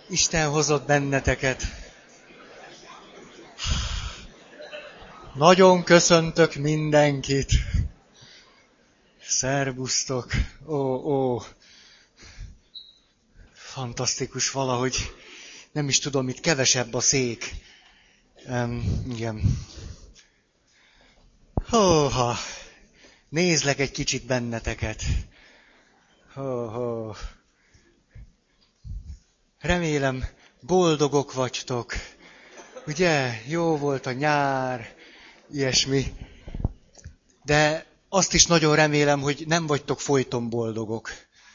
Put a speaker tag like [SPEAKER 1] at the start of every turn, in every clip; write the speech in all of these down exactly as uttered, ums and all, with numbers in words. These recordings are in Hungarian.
[SPEAKER 1] Isten hozott benneteket. Nagyon köszöntök mindenkit. Szerbusztok. Ó, ó. Fantasztikus valahogy. Nem is tudom, itt kevesebb a szék. Um, igen. Hóha. Nézlek egy kicsit benneteket. Hó, hó. Remélem, boldogok vagytok. Ugye, jó volt a nyár, ilyesmi. De azt is nagyon remélem, hogy nem vagytok folyton boldogok.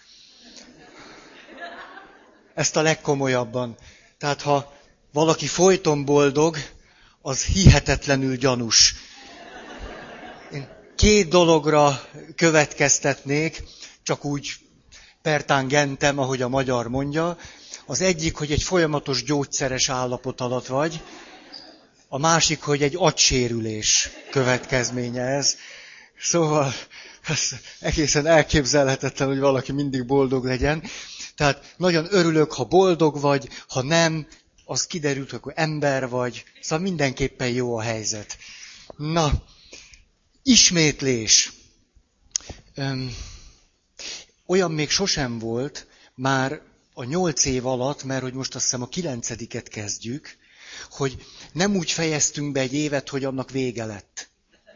[SPEAKER 1] Ezt a legkomolyabban. Tehát, ha valaki folyton boldog, az hihetetlenül gyanús. Én két dologra következtetnék, csak úgy pertángentem, ahogy a magyar mondja. Az egyik, hogy egy folyamatos gyógyszeres állapot alatt vagy, a másik, hogy egy agysérülés következménye ez. Szóval ez egészen elképzelhetetlen, hogy valaki mindig boldog legyen. Tehát nagyon örülök, ha boldog vagy, ha nem, az kiderült, hogy ember vagy. Szóval mindenképpen jó a helyzet. Na, ismétlés. Öm, olyan még sosem volt, már a nyolc év alatt, mert hogy most azt hiszem a kilencediket kezdjük, hogy nem úgy fejeztünk be egy évet, hogy annak vége lett.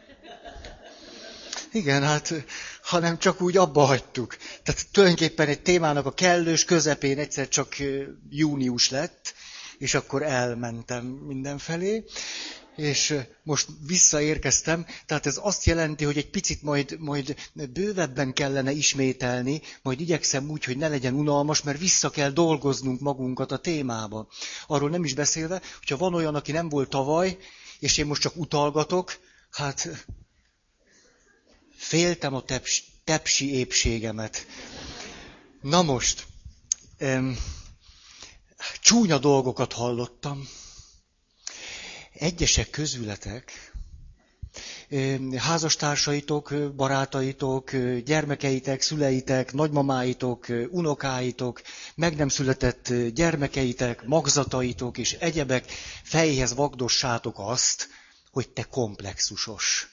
[SPEAKER 1] Igen, hát, hanem csak úgy abba hagytuk. Tehát tulajdonképpen egy témának a kellős közepén egyszer csak június lett, és akkor elmentem mindenfelé. És most visszaérkeztem, tehát ez azt jelenti, hogy egy picit majd, majd bővebben kellene ismételni, majd igyekszem úgy, hogy ne legyen unalmas, mert vissza kell dolgoznunk magunkat a témába. Arról nem is beszélve, hogyha van olyan, aki nem volt tavaly, és én most csak utalgatok, hát féltem a teps, tepsi épségemet. Na most, em, csúnya dolgokat hallottam. Egyesek közületek, házastársaitok, barátaitok, gyermekeitek, szüleitek, nagymamáitok, unokáitok, meg nem született gyermekeitek, magzataitok és egyebek fejhez vagdossátok azt, hogy te komplexusos.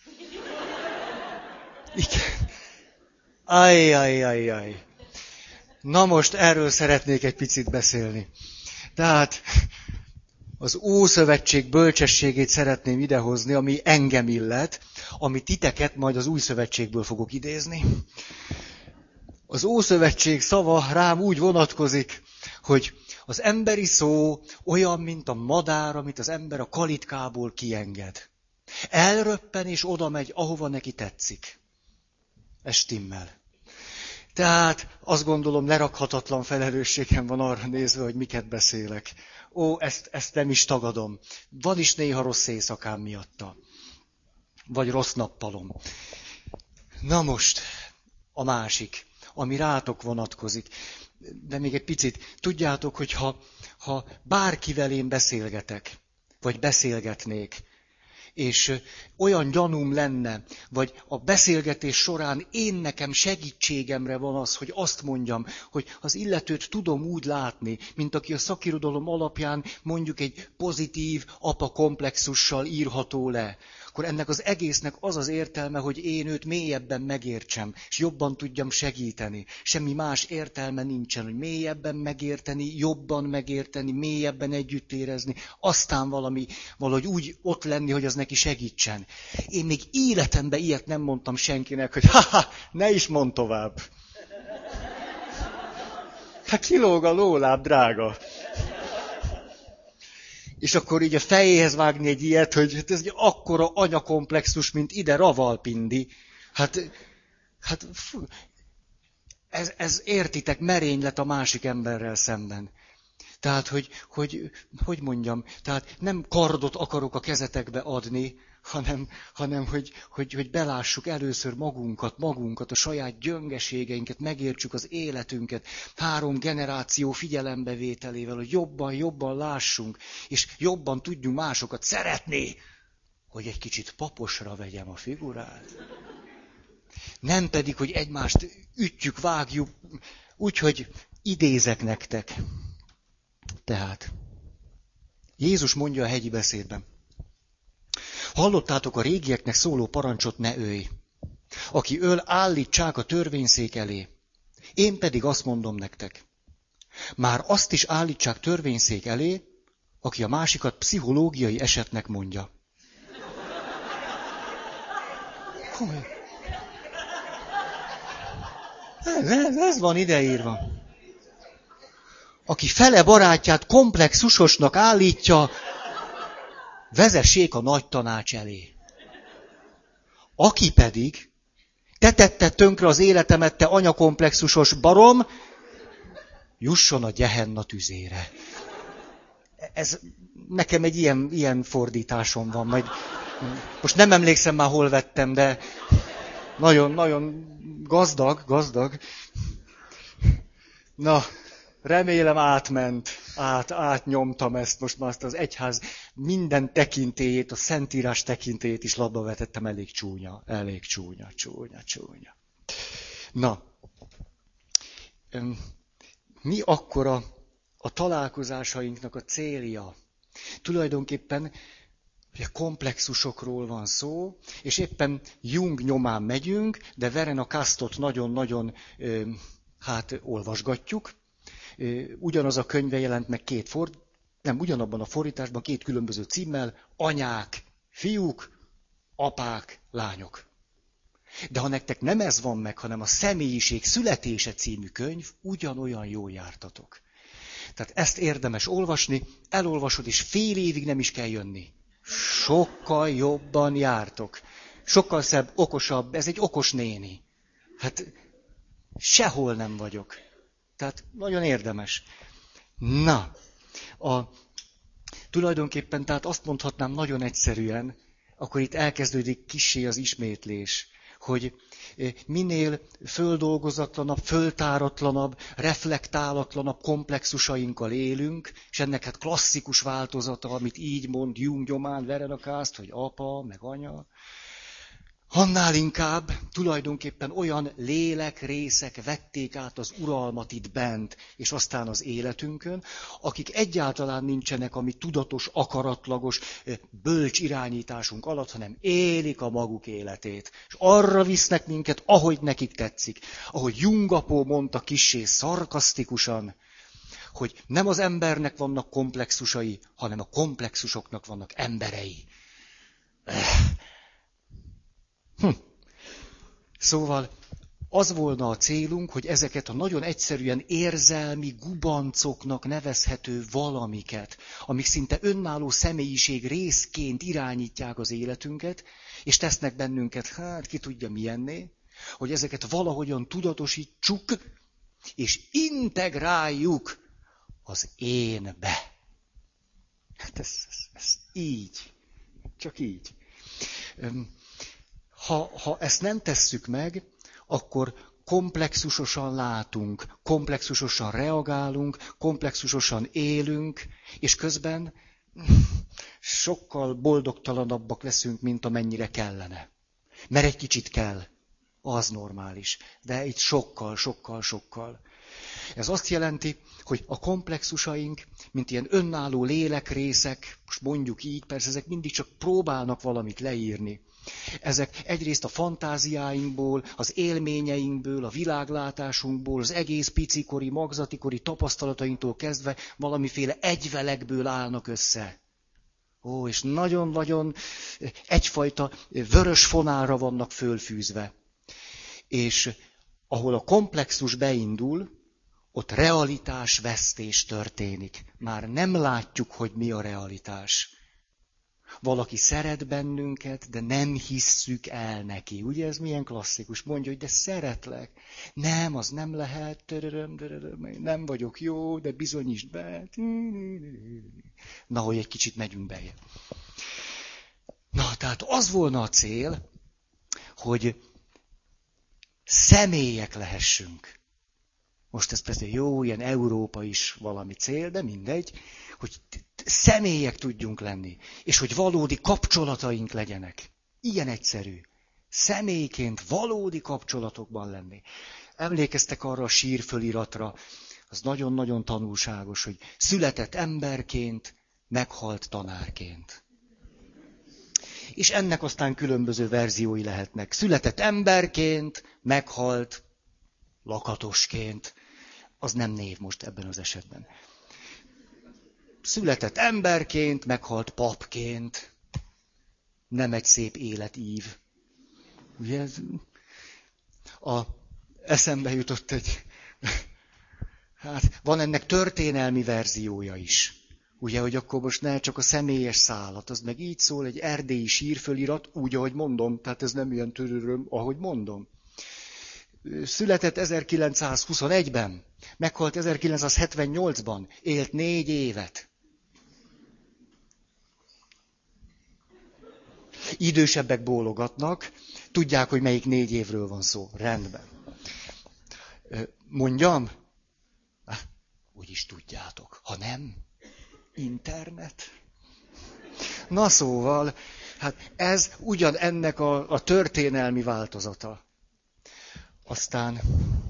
[SPEAKER 1] Igen. Ajjajjajjaj. Na most erről szeretnék egy picit beszélni. Tehát az Ószövetség bölcsességét szeretném idehozni, ami engem illet, ami titeket majd az Új Szövetségből fogok idézni. Az Ószövetség szava rám úgy vonatkozik, hogy az emberi szó olyan, mint a madár, amit az ember a kalitkából kienged. Elröppen és oda megy, ahova neki tetszik. Ez stimmel. Tehát azt gondolom, lerakhatatlan felelősségem van arra nézve, hogy miket beszélek. Ó, ezt, ezt nem is tagadom. Van is néha rossz éjszakám miatta. Vagy rossz nappalom. Na most, a másik, ami rátok vonatkozik. De még egy picit. Tudjátok, hogy ha, ha bárkivel én beszélgetek, vagy beszélgetnék, és olyan gyanúm lenne, vagy a beszélgetés során én nekem segítségemre van az, hogy azt mondjam, hogy az illetőt tudom úgy látni, mint aki a szakirodalom alapján mondjuk egy pozitív apa komplexussal írható le. Akkor ennek az egésznek az az értelme, hogy én őt mélyebben megértsem, és jobban tudjam segíteni. Semmi más értelme nincsen, hogy mélyebben megérteni, jobban megérteni, mélyebben együtt érezni, aztán valami, valahogy úgy ott lenni, hogy az neki segítsen. Én még életemben ilyet nem mondtam senkinek, hogy ha-ha, ne is mondd tovább. Hát kilóg a lóláb, drága. És akkor így a fejéhez vágni egy ilyet, hogy hát ez egy akkora anyakomplexus, mint ide Ravalpindi. Hát, hát fú, ez, ez értitek, merénylet a másik emberrel szemben. Tehát, hogy, hogy, hogy mondjam, tehát nem kardot akarok a kezetekbe adni, hanem, hanem hogy, hogy, hogy belássuk először magunkat, magunkat, a saját gyöngeségeinket, megértsük az életünket, három generáció figyelembevételével, hogy jobban, jobban lássunk, és jobban tudjunk másokat szeretni, hogy egy kicsit paposra vegyem a figurát. Nem pedig, hogy egymást ütjük, vágjuk, úgyhogy idézek nektek. Tehát, Jézus mondja a hegyi beszédben. Hallottátok a régieknek szóló parancsot, ne ölj. Aki öl, állítsák a törvényszék elé. Én pedig azt mondom nektek. Már azt is állítsák törvényszék elé, aki a másikat pszichológiai esetnek mondja. Ez, ez, ez van ideírva. Aki fele barátját komplexusosnak állítja, vezessék a nagy tanács elé. Aki pedig, te tetted tönkre az életemet, te anyakomplexusos barom, jusson a Gehenna tüzére. Ez, nekem egy ilyen, ilyen fordításom van. Majd, most nem emlékszem már, hol vettem, de nagyon, nagyon gazdag, gazdag. Na, remélem átment, át, átnyomtam ezt, most már azt az egyház minden tekintélyét, a Szentírás tekintélyét is labba vetettem, elég csúnya, elég csúnya, csúnya, csúnya. Na, mi akkor a, a találkozásainknak a célja? Tulajdonképpen ugye komplexusokról van szó, és éppen Jung nyomán megyünk, de Verena Kastot nagyon-nagyon hát olvasgatjuk. Ugyanaz a könyve jelent meg két for, nem, ugyanabban a fordításban két különböző címmel, anyák, fiúk, apák, lányok. De ha nektek nem ez van meg, hanem a Személyiség születése című könyv, ugyanolyan jól jártatok. Tehát ezt érdemes olvasni, elolvasod, és fél évig nem is kell jönni. Sokkal jobban jártok. Sokkal szebb, okosabb, ez egy okos néni. Hát sehol nem vagyok. Tehát nagyon érdemes. Na, a, tulajdonképpen tehát azt mondhatnám nagyon egyszerűen, akkor itt elkezdődik kissé az ismétlés, hogy minél földolgozatlanabb, föltáratlanabb, reflektálatlanabb komplexusainkkal élünk, és ennek hát klasszikus változata, amit így mond Jung nyomán, Verena Kast, hogy apa, meg anya, annál inkább tulajdonképpen olyan lélekrészek vették át az uralmat itt bent, és aztán az életünkön, akik egyáltalán nincsenek a mi tudatos, akaratlagos, bölcs irányításunk alatt, hanem élik a maguk életét. És arra visznek minket, ahogy nekik tetszik. Ahogy Jungapó mondta kissé szarkasztikusan, hogy nem az embernek vannak komplexusai, hanem a komplexusoknak vannak emberei. Hm. Szóval az volna a célunk, hogy ezeket a nagyon egyszerűen érzelmi gubancoknak nevezhető valamiket, amik szinte önálló személyiség részként irányítják az életünket, és tesznek bennünket, hát ki tudja milyenné, hogy ezeket valahogyan tudatosítsuk, és integráljuk az énbe. Hát ez, ez, ez így, csak így. Ha, ha ezt nem tesszük meg, akkor komplexusosan látunk, komplexusosan reagálunk, komplexusosan élünk, és közben sokkal boldogtalanabbak leszünk, mint amennyire kellene. Mert egy kicsit kell, az normális, de itt sokkal, sokkal, sokkal. Ez azt jelenti, hogy a komplexusaink, mint ilyen önálló lélekrészek, most mondjuk így, persze ezek mindig csak próbálnak valamit leírni. Ezek egyrészt a fantáziáinkból, az élményeinkből, a világlátásunkból, az egész picikori, magzatikori tapasztalatainktól kezdve valamiféle egyvelekből állnak össze. Ó, és nagyon-nagyon egyfajta vörös fonálra vannak fölfűzve. És ahol a komplexus beindul, ott realitásvesztés történik. Már nem látjuk, hogy mi a realitás. Valaki szeret bennünket, de nem hisszük el neki. Ugye ez milyen klasszikus? Mondja, hogy de szeretlek. Nem, az nem lehet. Nem vagyok jó, de bizonyítsd be. Na, hogy egy kicsit megyünk bejebb. Na, tehát az volna a cél, hogy személyek lehessünk. Most ez persze jó, ilyen Európa is valami cél, de mindegy, hogy személyek tudjunk lenni, és hogy valódi kapcsolataink legyenek. Ilyen egyszerű. Személyként valódi kapcsolatokban lenni. Emlékeztek arra a sírföliratra, Az nagyon-nagyon tanulságos, hogy született emberként, meghalt tanárként. És ennek aztán különböző verziói lehetnek. Született emberként, meghalt lakatosként. Az nem név most ebben az esetben. Született emberként, meghalt papként. Nem egy szép életív. Ugye ez... A... Eszembe jutott egy... Hát van ennek történelmi verziója is. Ugye, hogy akkor most ne csak a személyes szállat, az meg így szól, egy erdélyi sírfölirat, úgy, ahogy mondom, tehát ez nem ilyen töröröm, ahogy mondom. Született ezerkilencszázhuszonegyben, meghalt ezerkilencszázhetvennyolcban, élt négy évet. Idősebbek bólogatnak, tudják, hogy melyik négy évről van szó. Rendben. Mondjam? Úgyis tudjátok. Ha nem, internet. Na szóval, hát ez ugyan ennek a, a történelmi változata. Aztán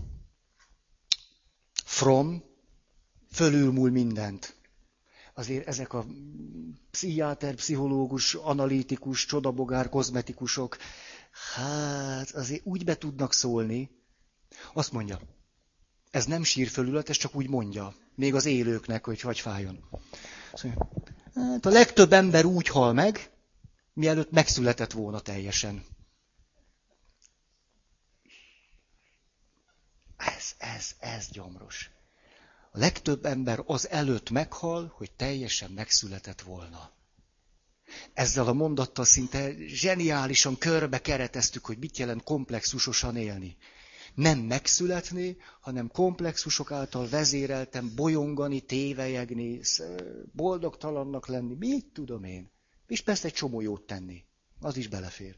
[SPEAKER 1] Fromm fölülmúl mindent. Azért ezek a pszichiáter, pszichológus, analitikus, csodabogár, kozmetikusok, hát azért úgy be tudnak szólni. Azt mondja, ez nem sírfölület, ez csak úgy mondja. Még az élőknek, hogy hagy fájjon. Mondja, hát a legtöbb ember úgy hal meg, mielőtt megszületett volna teljesen. Ez, ez, ez gyomros. A legtöbb ember az előtt meghal, hogy teljesen megszületett volna. Ezzel a mondattal szinte zseniálisan körbe kereteztük, hogy mit jelent komplexusosan élni. Nem megszületni, hanem komplexusok által vezérelten bolyongani, tévelyegni, boldogtalannak lenni, mit tudom én. És persze egy csomó jót tenni. Az is belefér.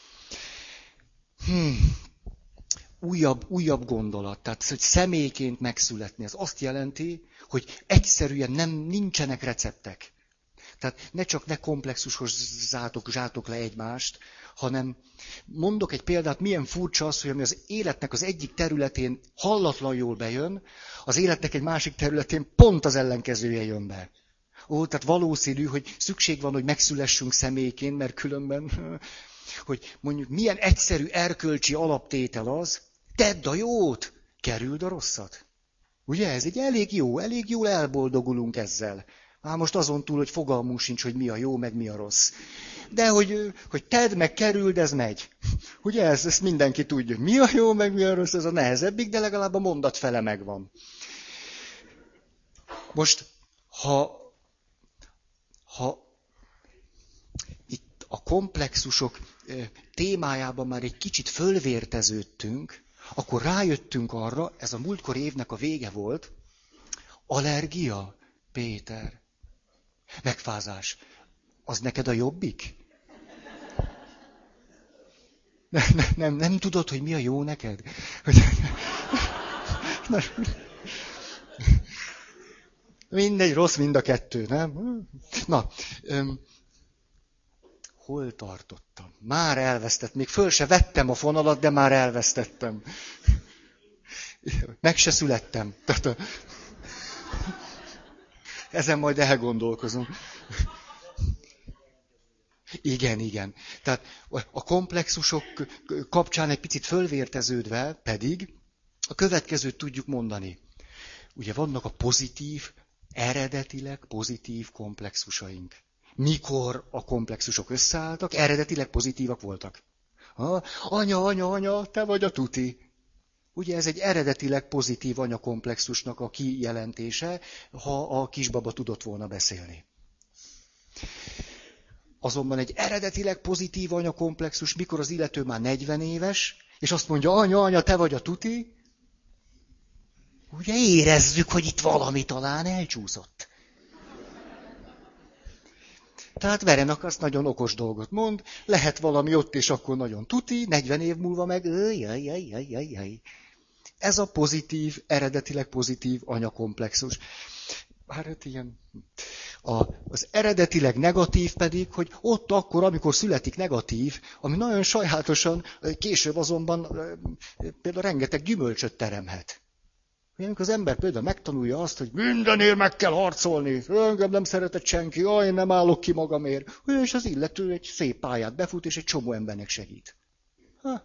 [SPEAKER 1] Hmm. Újabb, újabb gondolat, tehát hogy személyként megszületni, az azt jelenti, hogy egyszerűen nem, nincsenek receptek. Tehát ne csak ne komplexushoz zsátok, zsátok le egymást, hanem mondok egy példát, milyen furcsa az, hogy ami az életnek az egyik területén hallatlan jól bejön, az életnek egy másik területén pont az ellenkezője jön be. Ó, tehát valószínű, hogy szükség van, hogy megszülessünk személyként, mert különben, hogy mondjuk milyen egyszerű erkölcsi alaptétel az, tedd a jót, kerüld a rosszat. Ugye ez egy elég jó, elég jól elboldogulunk ezzel. Már most azon túl, hogy fogalmunk sincs, hogy mi a jó, meg mi a rossz. De hogy, hogy tedd, meg kerüld, ez megy. Ugye ez, ezt mindenki tudja, hogy mi a jó, meg mi a rossz, ez a nehezebbik, de legalább a mondat fele megvan. Most, ha, ha itt a komplexusok témájában már egy kicsit fölvérteződtünk, akkor rájöttünk arra, ez a múltkor évnek a vége volt, allergia, Péter, megfázás, az neked a jobbik? Nem, nem, nem, nem tudod, hogy mi a jó neked? Mindegy, rossz mind a kettő, nem? Na, öm, hol tartottam? Már elvesztettem, még föl se vettem a fonalat, de már elvesztettem. Meg se születtem. Ezen majd elgondolkozom. Igen, igen. Tehát a komplexusok kapcsán egy picit fölvérteződve pedig a következőt tudjuk mondani. Ugye vannak a pozitív, eredetileg pozitív komplexusaink. Mikor a komplexusok összeálltak, eredetileg pozitívak voltak. Ha, anya, anya, anya, te vagy a tuti. Ugye ez egy eredetileg pozitív anyakomplexusnak a kijelentése, ha a kisbaba tudott volna beszélni. Azonban egy eredetileg pozitív anyakomplexus, mikor az illető már negyven éves, és azt mondja, anya, anya, te vagy a tuti, ugye érezzük, hogy itt valami talán elcsúszott. Tehát Verenak azt nagyon okos dolgot mond, lehet valami ott és akkor nagyon tuti, negyven év múlva meg, jaj, jaj, jaj, jaj, jaj. Ez a pozitív, eredetileg pozitív anyakomplexus. Hát ilyen. A, az eredetileg negatív pedig, hogy ott akkor, amikor születik negatív, ami nagyon sajátosan, később azonban például rengeteg gyümölcsöt teremhet. Amikor az ember például megtanulja azt, hogy mindenért meg kell harcolni, engem nem szeretett senki, jaj, én nem állok ki magamért, és az illető egy szép pályát befut, és egy csomó embernek segít. Ha.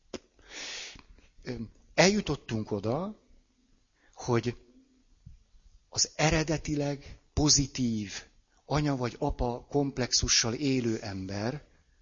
[SPEAKER 1] Eljutottunk oda, hogy az eredetileg pozitív anya vagy apa komplexussal élő ember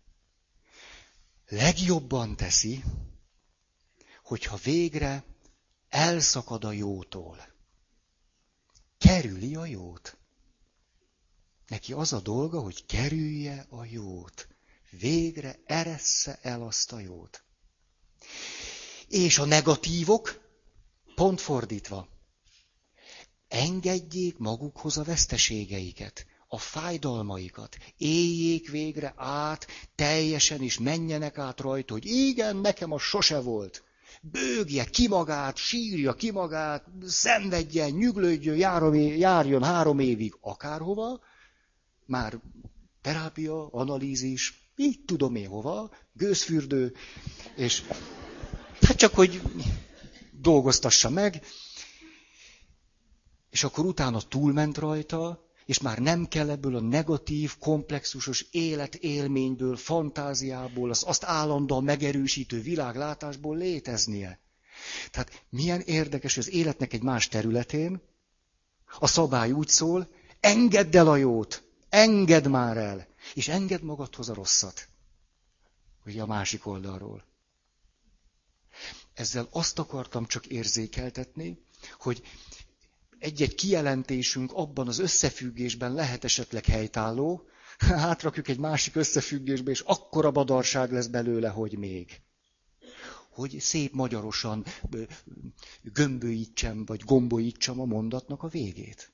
[SPEAKER 1] legjobban teszi, hogyha végre elszakad a jótól. Kerüli a jót. Neki az a dolga, hogy kerülje a jót. Végre eressze el azt a jót. És a negatívok pont fordítva. Engedjék magukhoz a veszteségeiket, a fájdalmaikat. Éljék végre át, teljesen is menjenek át rajta, hogy igen, nekem az sose volt. Bőgje ki magát, sírja ki magát, szenvedjen, nyüglődjön, járjon három évig akárhova, már terápia, analízis, így tudom én hova, gőzfürdő, és hát csak, hogy dolgoztassa meg, és akkor utána túlment rajta, és már nem kell ebből a negatív, komplexusos életélményből, fantáziából, az azt állandóan megerősítő világlátásból léteznie. Tehát milyen érdekes, hogy az életnek egy más területén a szabály úgy szól, engedd el a jót, engedd már el, és engedd magadhoz a rosszat. Ugye a másik oldalról. Ezzel azt akartam csak érzékeltetni, hogy egy-egy kijelentésünk abban az összefüggésben lehet esetleg helytálló, átrakjuk egy másik összefüggésbe, és akkora badarság lesz belőle, hogy még. Hogy szép magyarosan gömbölyítsem, vagy gombolítsam a mondatnak a végét.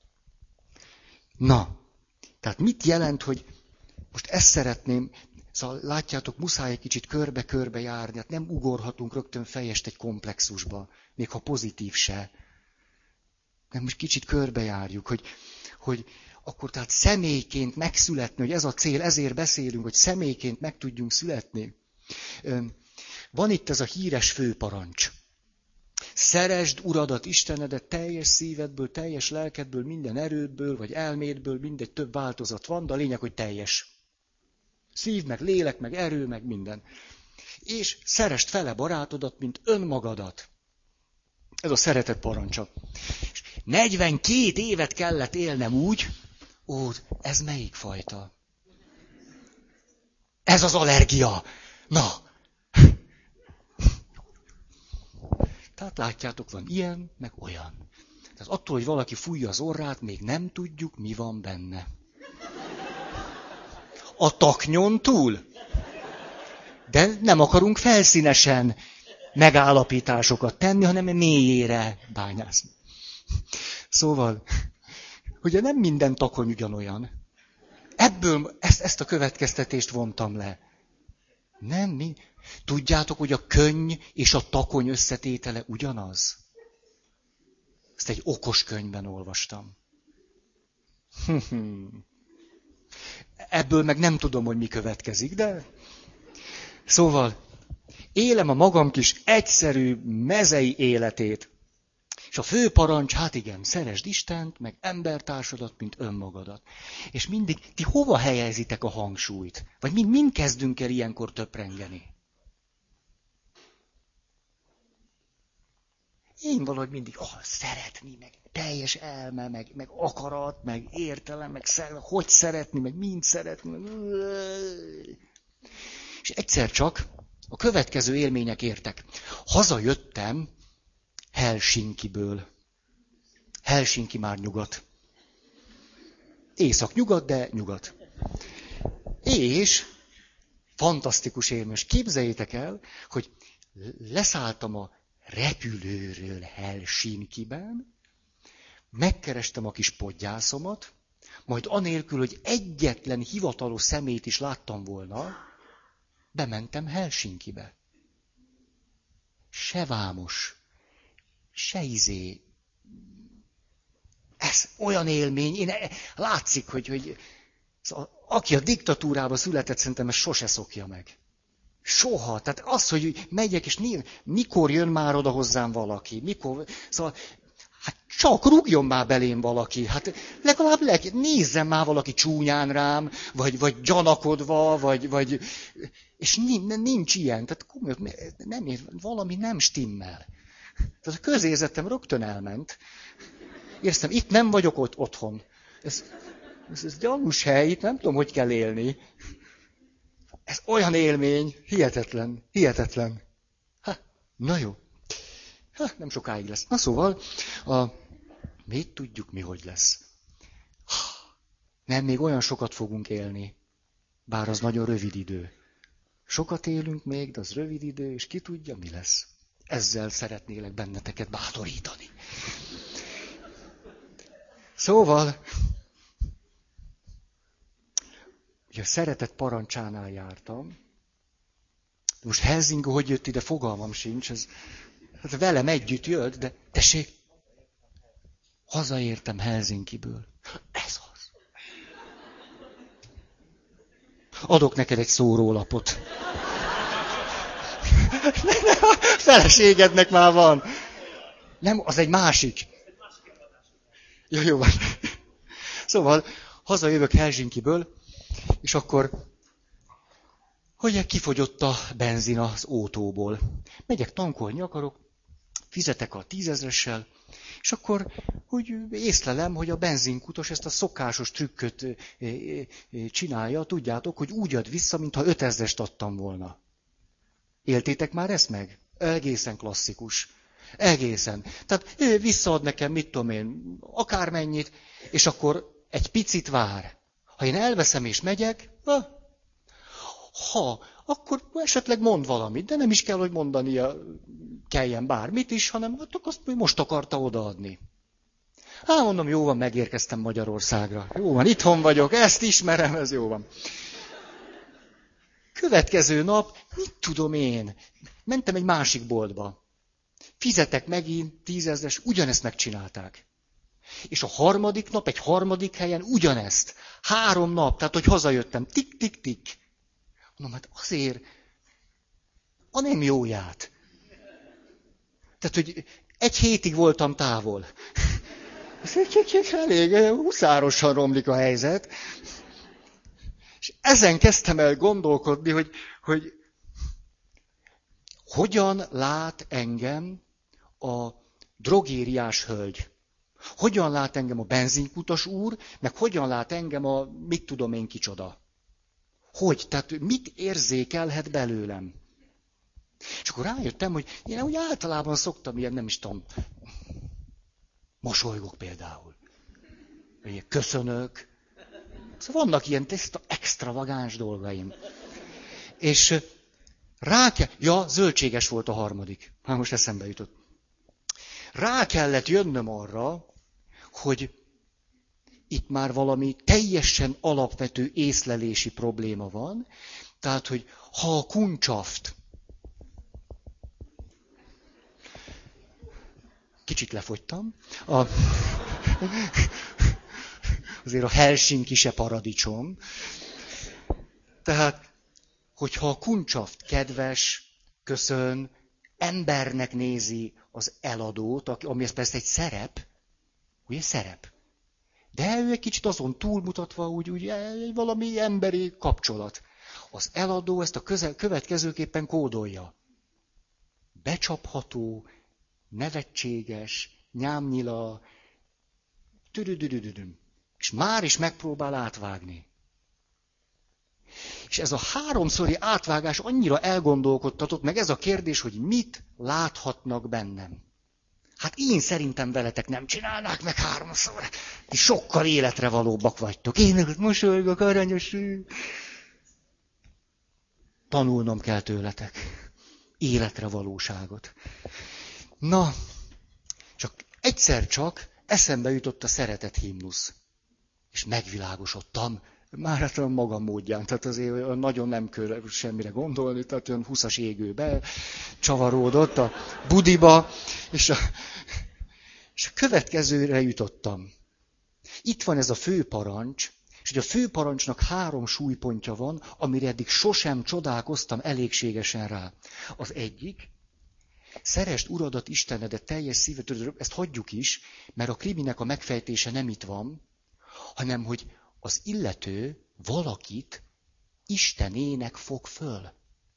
[SPEAKER 1] Na, tehát mit jelent, hogy most ezt szeretném, szóval látjátok, muszáj egy kicsit körbe-körbe járni, hát nem ugorhatunk rögtön fejest egy komplexusba, még ha pozitív se. Nem, most kicsit körbejárjuk, hogy, hogy akkor tehát személyként megszületni, hogy ez a cél, ezért beszélünk, hogy személyként meg tudjunk születni. Van itt ez a híres főparancs. Szeresd Uradat, Istenedet teljes szívedből, teljes lelkedből, minden erődből, vagy elmédből, mindegy több változat van, de a lényeg, hogy teljes. Szív, meg lélek, meg erő, meg minden. És szeresd fele barátodat, mint önmagadat. Ez a szeretet parancsa. negyvenkét évet kellett élnem úgy, ó, ez melyik fajta? Ez az allergia. Na. Tehát látjátok, van ilyen, meg olyan. Tehát attól, hogy valaki fújja az orrát, még nem tudjuk, mi van benne. A taknyon túl. De nem akarunk felszínesen megállapításokat tenni, hanem mélyére bányászni. Szóval, ugye nem minden takony ugyanolyan. Ebből ezt, ezt a következtetést vontam le. Nem, mi? Tudjátok, hogy a könny és a takony összetétele ugyanaz? Ezt egy okos könyvben olvastam. Ebből meg nem tudom, hogy mi következik, de... Szóval, élem a magam kis egyszerű, mezei életét. És a fő parancs, hát igen, szeresd Istent, meg embertársadat, mint önmagadat. És mindig, ti hova helyezitek a hangsúlyt? Vagy mind, mind kezdünk el ilyenkor töprengeni? Én valahogy mindig, oh, szeretni, meg teljes elme, meg, meg akarat, meg értelem, meg szer, hogy szeretni, meg mind szeretni. Meg... És egyszer csak a következő élmények értek. Hazajöttem Helsinkiből. Helsinki már nyugat. Észak-nyugat, de nyugat. És fantasztikus élmény. Képzeljétek el, hogy leszálltam a repülőről Helsinkiben, megkerestem a kis podgyászomat, majd anélkül, hogy egyetlen hivatalos személyt is láttam volna, bementem Helsinkibe. Se vámos, se izé. Ez olyan élmény, én, látszik, hogy, hogy szóval, aki a diktatúrába született, szerintem ezt sose szokja meg. Soha. Tehát az, hogy megyek, és né, mikor jön már oda hozzám valaki, mikor, szóval, hát csak rúgjon már belém valaki, hát legalább le, nézzen már valaki csúnyán rám, vagy, vagy gyanakodva, vagy, vagy, és nincs ilyen, tehát komolyan, nem, valami nem stimmel. Tehát a közérzetem rögtön elment. Éreztem, itt nem vagyok ott otthon. Ez, ez, ez gyanús hely, itt nem tudom, hogy kell élni. Ez olyan élmény, hihetetlen, hihetetlen. Ha, na jó. Ha, nem sokáig lesz. Na szóval, a, mit tudjuk mi, hogy lesz. Nem, még olyan sokat fogunk élni, bár az nagyon rövid idő. Sokat élünk még, de az rövid idő, és ki tudja, mi lesz. Ezzel szeretnélek benneteket bátorítani. Szóval, ugye a szeretet parancsánál jártam. Most Helsinki hogy jött ide, fogalmam sincs. Ez, hát velem együtt jött, de tessék, hazaértem Helsinkiből. Ez az. Adok neked egy szórólapot. Feleségednek már van. Nem, az egy másik. Jó, jó van. Szóval hazajövök Helsinkiből, és akkor, hogy kifogyott a benzin az ótóból. Megyek tankolni akarok, fizetek a tízezressel, és akkor úgy észlelem, hogy a benzinkutas ezt a szokásos trükköt csinálja, tudjátok, hogy úgy ad vissza, mintha ötezrest adtam volna. Éltétek már ezt meg? Egészen klasszikus. Egészen. Tehát visszaad nekem, mit tudom én, akármennyit, és akkor egy picit vár. Ha én elveszem és megyek, ha, akkor esetleg mond valamit, de nem is kell, hogy mondania kelljen bármit is, hanem hát azt most akarta odaadni. Hát mondom, jó van, megérkeztem Magyarországra. Jó van, itthon vagyok, ezt ismerem, ez jó van. Következő nap, mit tudom én, mentem egy másik boltba. Fizetek megint tízezres, ugyanezt megcsinálták. És a harmadik nap, egy harmadik helyen ugyanezt. Három nap, tehát hogy hazajöttem, tik-tik-tik. Mondom, hát azért a nem jóját. Tehát, hogy egy hétig voltam távol. Elég huszárosan romlik a helyzet. És ezen kezdtem el gondolkodni, hogy, hogy hogyan lát engem a drogériás hölgy. Hogyan lát engem a benzinkutas úr, meg hogyan lát engem a mit tudom én kicsoda. Hogy? Tehát mit érzékelhet belőlem? És akkor rájöttem, hogy én úgy általában szoktam ilyen, nem is tudom, mosolygok például. Köszönök. Szóval vannak ilyen tiszta, extravagáns dolgaim. És rá kell... Ja, zöldséges volt a harmadik. Hát most eszembe jutott. Rá kellett jönnöm arra, hogy itt már valami teljesen alapvető észlelési probléma van. Tehát, hogy ha a kuncsaft... Kicsit lefogytam. A... Azért a Helsinki se paradicsom. Tehát, hogyha a kuncsaft kedves, köszön, embernek nézi az eladót, ami ez persze egy szerep, ugye szerep. De ő egy kicsit azon túlmutatva, úgy, úgy egy valami emberi kapcsolat. Az eladó ezt a közel, következőképpen kódolja. Becsapható, nevetséges, nyámnyila, tüdüdüdüdüdüm. És már is megpróbál átvágni. És ez a háromszori átvágás annyira elgondolkodtatott, meg ez a kérdés, hogy mit láthatnak bennem. Hát én szerintem veletek nem csinálnák meg háromszor. Ti sokkal életre valóbbak vagytok. Én mosolygok, aranyos. Tanulnom kell tőletek. Életre valóságot. Na, csak egyszer csak eszembe jutott a szeretet himnusz. És megvilágosodtam. Már hát a magam módján, tehát azért nagyon nem kell semmire gondolni, tehát olyan húszas égőbe csavaródott a budiba, és a, és a következőre jutottam. Itt van ez a fő parancs, És hogy a főparancsnak három súlypontja van, amire eddig sosem csodálkoztam elégségesen rá. Az egyik, szeresd Uradat, Istenedet teljes szívedről, ezt hagyjuk is, mert a kriminek a megfejtése nem itt van, hanem hogy az illető valakit Istenének fog föl.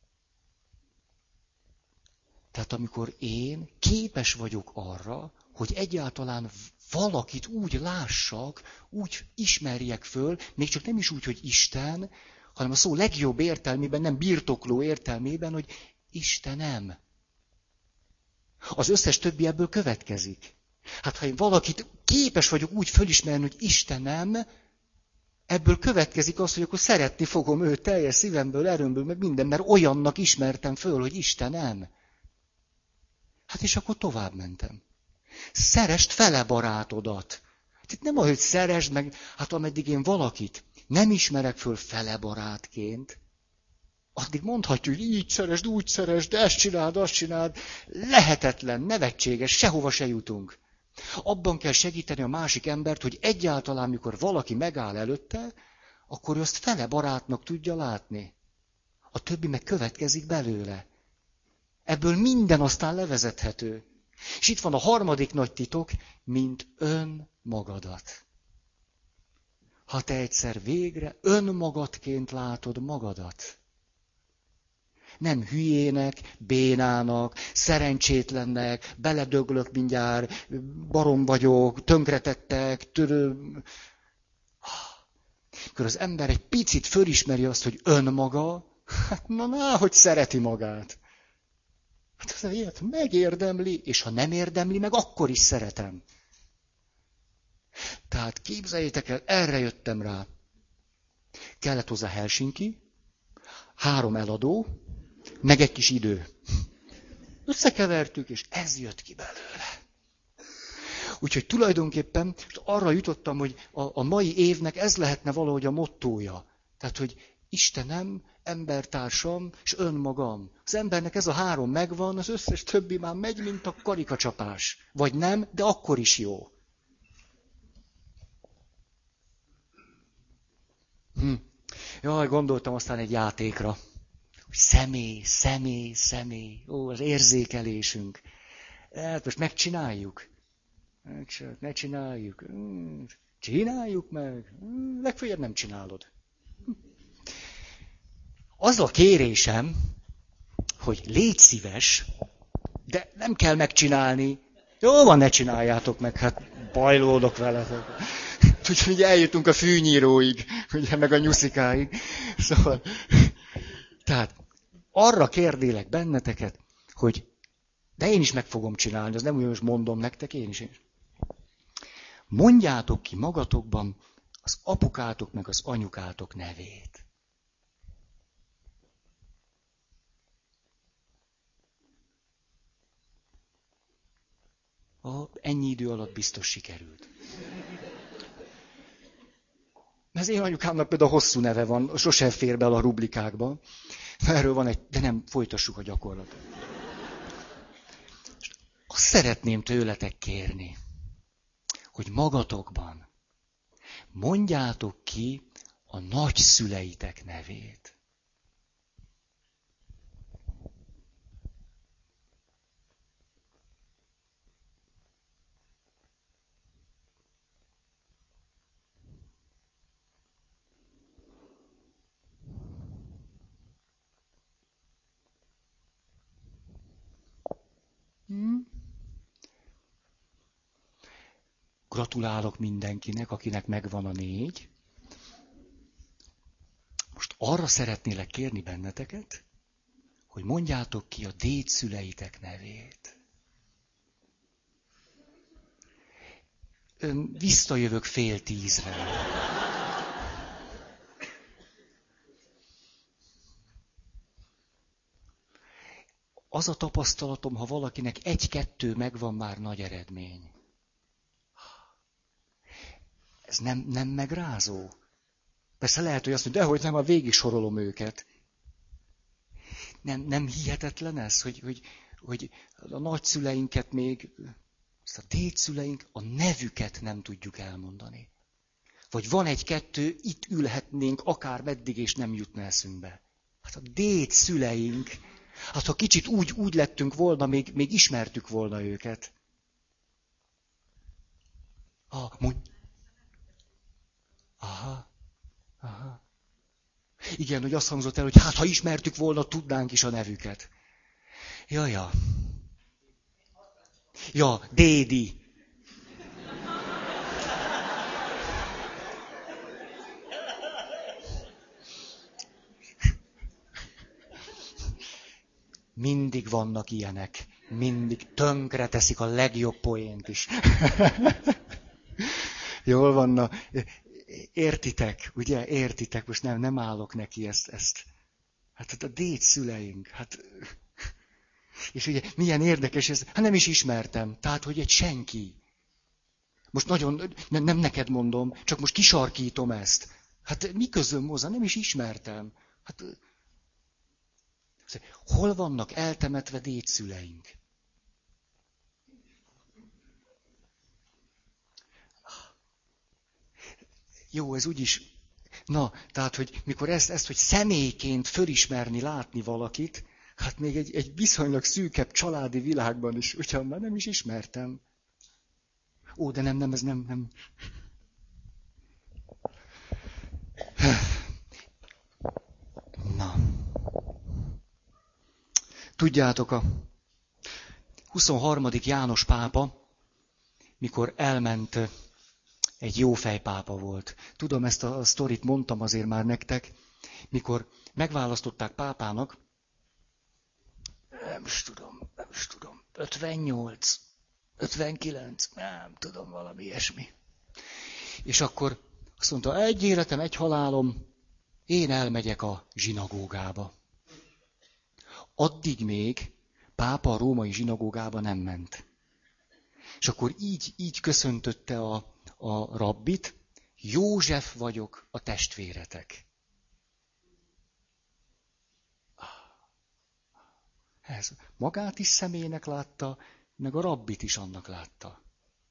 [SPEAKER 1] Tehát amikor én képes vagyok arra, hogy egyáltalán valakit úgy lássak, úgy ismerjek föl, még csak nem is úgy, hogy Isten, hanem a szó legjobb értelmében, nem birtokló értelmében, hogy Istenem. Az összes többi ebből következik. Hát ha én valakit képes vagyok úgy fölismerni, hogy Istenem, ebből következik az, hogy akkor szeretni fogom őt teljes szívemből, erőmből, meg minden, mert olyannak ismertem föl, hogy Istenem. Hát és akkor tovább mentem. Szeresd fele barátodat. Itt nem ahogy szeresd meg, hát ameddig én valakit nem ismerek föl fele barátként, addig mondhatjuk, hogy így szeresd, úgy szeresd, ezt csináld, azt csináld. Lehetetlen, nevetséges, sehova se jutunk. Abban kell segíteni a másik embert, hogy egyáltalán, mikor valaki megáll előtte, akkor ő azt fele barátnak tudja látni. A többi meg következik belőle. Ebből minden aztán levezethető. És itt van a harmadik nagy titok, mint önmagadat. Ha te egyszer végre önmagadként látod magadat, nem hülyének, bénának, szerencsétlennek, beledöglök mindjárt, barom vagyok, tönkretettek, töröm. Akkor az ember egy picit fölismeri azt, hogy önmaga, hát na, na hogy szereti magát. Hát az ilyet megérdemli, és ha nem érdemli, meg akkor is szeretem. Tehát képzeljétek el, erre jöttem rá. Kellett hozzá Helsinki, három eladó, meg egy kis idő. Összekevertük, és ez jött ki belőle. Úgyhogy tulajdonképpen arra jutottam, hogy a, a mai évnek ez lehetne valahogy a mottója. Tehát, hogy Istenem, embertársam, és önmagam. Az embernek ez a három megvan, az összes többi már megy, mint a karikacsapás. Vagy nem, de akkor is jó. Hm. Jaj, gondoltam aztán egy játékra. Hogy személy, személy, személy. Ó, az érzékelésünk. Hát most megcsináljuk. Ne csináljuk. Csináljuk meg. Legfeljebb nem csinálod. Az a kérésem, hogy légy szíves, de nem kell megcsinálni. Jó van, ne csináljátok meg, hát bajlódok veletek. Úgyhogy ugye eljutunk a fűnyíróig, ugye meg a nyuszikáig. Szóval, tehát arra kérdélek benneteket, hogy de én is meg fogom csinálni, az nem úgy, hogy mondom nektek, én is. Én is. Mondjátok ki magatokban az apukátok meg az anyukátok nevét. A, ennyi idő alatt biztos sikerült. Az én anyukámnak például hosszú neve van, sosem fér bele a rublikákba. Erről van egy, de nem folytassuk a gyakorlatot. Azt szeretném tőletek kérni, hogy magatokban mondjátok ki a nagyszüleitek nevét. Hmm? Gratulálok mindenkinek, akinek megvan a négy. Most arra szeretnélek kérni benneteket, hogy mondjátok ki a dédszüleitek nevét. Ön, visszajövök fél tízre. Az a tapasztalatom, ha valakinek egy-kettő megvan, már nagy eredmény. Ez nem, nem megrázó. Persze lehet, hogy azt mondja, de hogy nem, a végig sorolom őket. Nem, nem hihetetlen ez, hogy, hogy, hogy a nagyszüleinket még, a dédszüleink, a nevüket nem tudjuk elmondani. Vagy van egy-kettő, itt ülhetnénk akár meddig, és nem jutna eszünkbe. Hát a déd szüleink, hát ha kicsit úgy, úgy lettünk volna, még, még ismertük volna őket. Ah, mondj. Aha, aha. Igen, hogy azt hangzott el, hogy hát ha ismertük volna, tudnánk is a nevüket. Ja, ja. Ja, Dédi. Mindig vannak ilyenek. Mindig tönkre teszik a legjobb poént is. Jól van, na. Értitek, ugye? Értitek, most nem, nem állok neki ezt. ezt. Hát a déd szüleink, hát... És ugye milyen érdekes ez, hát nem is ismertem, tehát hogy egy senki. Most nagyon, nem, nem neked mondom, csak most kisarkítom ezt. Hát mi közöm hozzá, nem is ismertem. Hát... Hol vannak eltemetve dédszüleink? Jó, ez úgyis... Na, tehát, hogy mikor ezt, ezt hogy személyként fölismerni, látni valakit, hát még egy, egy viszonylag szűkebb családi világban is, ugyan már nem is ismertem. Ó, de nem, nem, ez nem, nem. Na. Tudjátok, a huszonharmadik János pápa, mikor elment, egy jó fejpápa volt. Tudom, ezt a sztorit mondtam azért már nektek, mikor megválasztották pápának, nem is tudom, nem is tudom, ötvennyolc, ötvenkilenc, nem tudom, valami ilyesmi. És akkor azt mondta, egy életem, egy halálom, én elmegyek a zsinagógába. Addig még pápa a római zsinagógába nem ment. És akkor így, így köszöntötte a, a rabbit, József vagyok, a testvéretek. Ez magát is személynek látta, meg a rabbit is annak látta.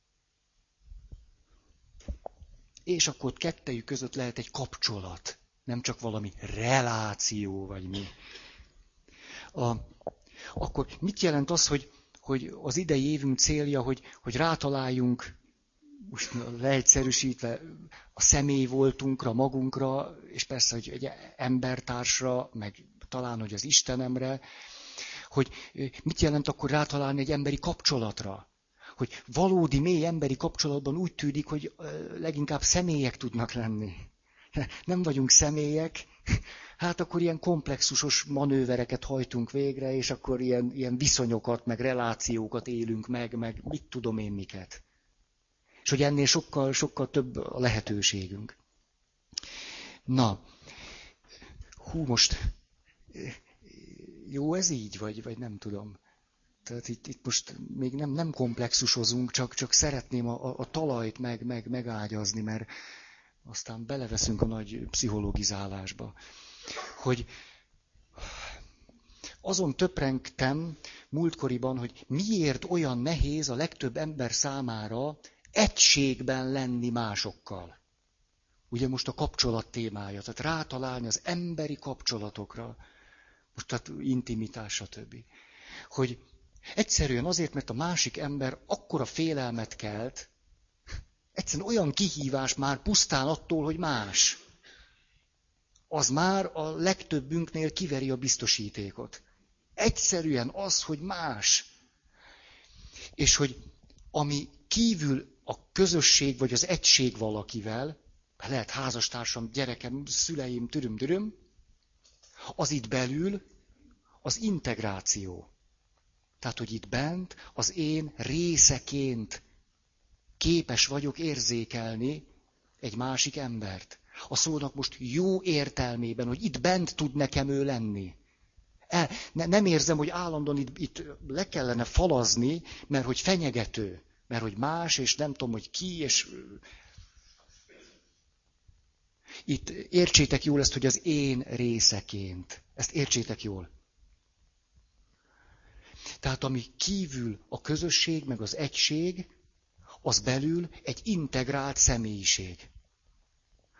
[SPEAKER 1] És akkor kettejük között lehet egy kapcsolat, nem csak valami reláció, vagy mi. A, akkor mit jelent az, hogy, hogy az idei évünk célja, hogy, hogy rátaláljunk, most leegyszerűsítve, a személy voltunkra, magunkra, és persze, hogy egy embertársra, meg talán, hogy az Istenemre, hogy mit jelent akkor rátalálni egy emberi kapcsolatra. Hogy valódi, mély emberi kapcsolatban úgy tűnik, hogy leginkább személyek tudnak lenni. Nem vagyunk személyek, hát akkor ilyen komplexusos manővereket hajtunk végre, és akkor ilyen, ilyen viszonyokat, meg relációkat élünk meg, meg mit tudom én miket. És hogy ennél sokkal, sokkal több a lehetőségünk. Na, hú, most jó ez így, vagy, vagy nem tudom. Tehát itt, itt most még nem, nem komplexusozunk, csak, csak szeretném a, a, a talajt meg, meg, megágyazni, mert aztán beleveszünk a nagy pszichologizálásba. Hogy azon töprengtem múltkoriban, hogy miért olyan nehéz a legtöbb ember számára egységben lenni másokkal. Ugye most a kapcsolat témája, tehát rátalálni az emberi kapcsolatokra, most tehát intimitás, stb. Hogy egyszerűen azért, mert a másik ember akkora félelmet kelt, egyszerűen olyan kihívás már pusztán attól, hogy más. Az már a legtöbbünknél kiveri a biztosítékot. Egyszerűen az, hogy más. És hogy ami kívül a közösség vagy az egység valakivel, lehet házastársam, gyerekem, szüleim, türüm-türüm, az itt belül az integráció. Tehát, hogy itt bent az én részeként képes vagyok érzékelni egy másik embert. A szónak most jó értelmében, hogy itt bent tud nekem ő lenni. El, ne, nem érzem, hogy állandóan itt, itt le kellene falazni, mert hogy fenyegető, mert hogy más, és nem tudom, hogy ki, és... Itt értsétek jól ezt, hogy az én részeként. Ezt értsétek jól. Tehát ami kívül a közösség, meg az egység, az belül egy integrált személyiség.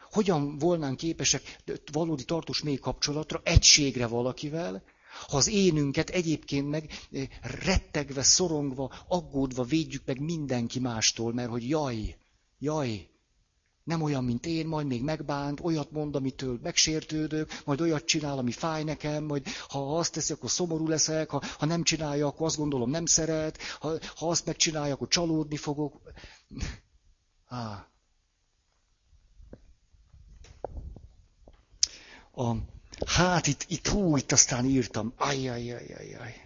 [SPEAKER 1] hogyan volnánk képesek valódi tartós mély kapcsolatra, egységre valakivel, ha az énünket egyébként meg rettegve, szorongva, aggódva védjük meg mindenki mástól, mert hogy jaj, jaj, nem olyan, mint én, majd még megbánt, olyat mond, amitől megsértődök, majd olyat csinál, ami fáj nekem, majd ha azt teszi, akkor szomorú leszek, ha, ha nem csinálja, akkor azt gondolom nem szeret, ha, ha azt megcsinálja, akkor csalódni fogok. Ah. A, hát itt, itt, hú, itt aztán írtam, ajjajjajjaj.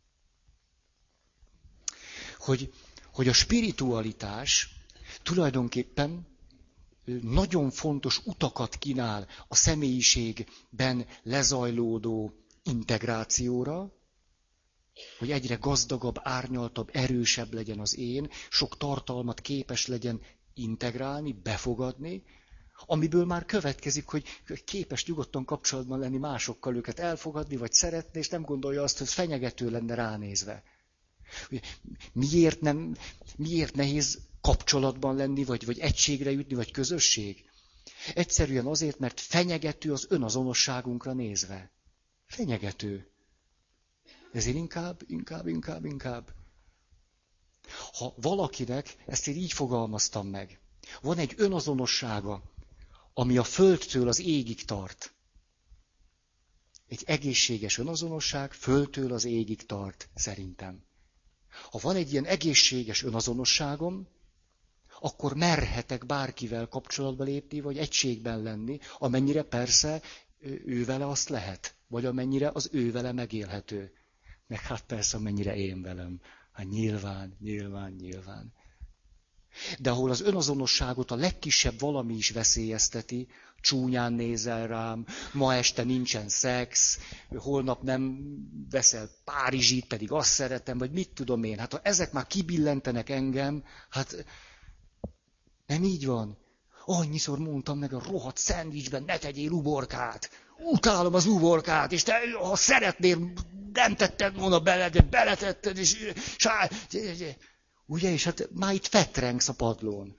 [SPEAKER 1] Hogy, hogy a spiritualitás tulajdonképpen nagyon fontos utakat kínál a személyiségben lezajlódó integrációra, hogy egyre gazdagabb, árnyaltabb, erősebb legyen az én, sok tartalmat képes legyen integrálni, befogadni, amiből már következik, hogy képes nyugodtan kapcsolatban lenni másokkal, őket elfogadni, vagy szeretni, és nem gondolja azt, hogy fenyegető lenne ránézve. Miért, nem, miért nehéz kapcsolatban lenni, vagy, vagy egységre jutni, vagy közösség? Egyszerűen azért, mert fenyegető az önazonosságunkra nézve. Fenyegető. Ezért inkább, inkább, inkább, inkább. Ha valakinek, ezt én így fogalmaztam meg, van egy önazonossága, ami a földtől az égig tart. Egy egészséges önazonosság földtől az égig tart, szerintem. Ha van egy ilyen egészséges önazonosságom, akkor merhetek bárkivel kapcsolatba lépni, vagy egységben lenni, amennyire persze ővele azt lehet, vagy amennyire az ővele megélhető. Meg hát persze, amennyire én velem. Hát nyilván, nyilván, nyilván. De ahol az önazonosságot a legkisebb valami is veszélyezteti, csúnyán nézel rám, ma este nincsen szex, holnap nem veszel Párizsit, pedig azt szeretem, vagy mit tudom én. Hát ha ezek már kibillentenek engem, hát nem így van. Annyiszor mondtam meg a rohadt szendvicsben, ne tegyél uborkát. Utálom az uborkát, és te, ha szeretnél, nem tetted volna bele, de beletetted, és... és ugye, és hát már itt fetrengsz a padlón.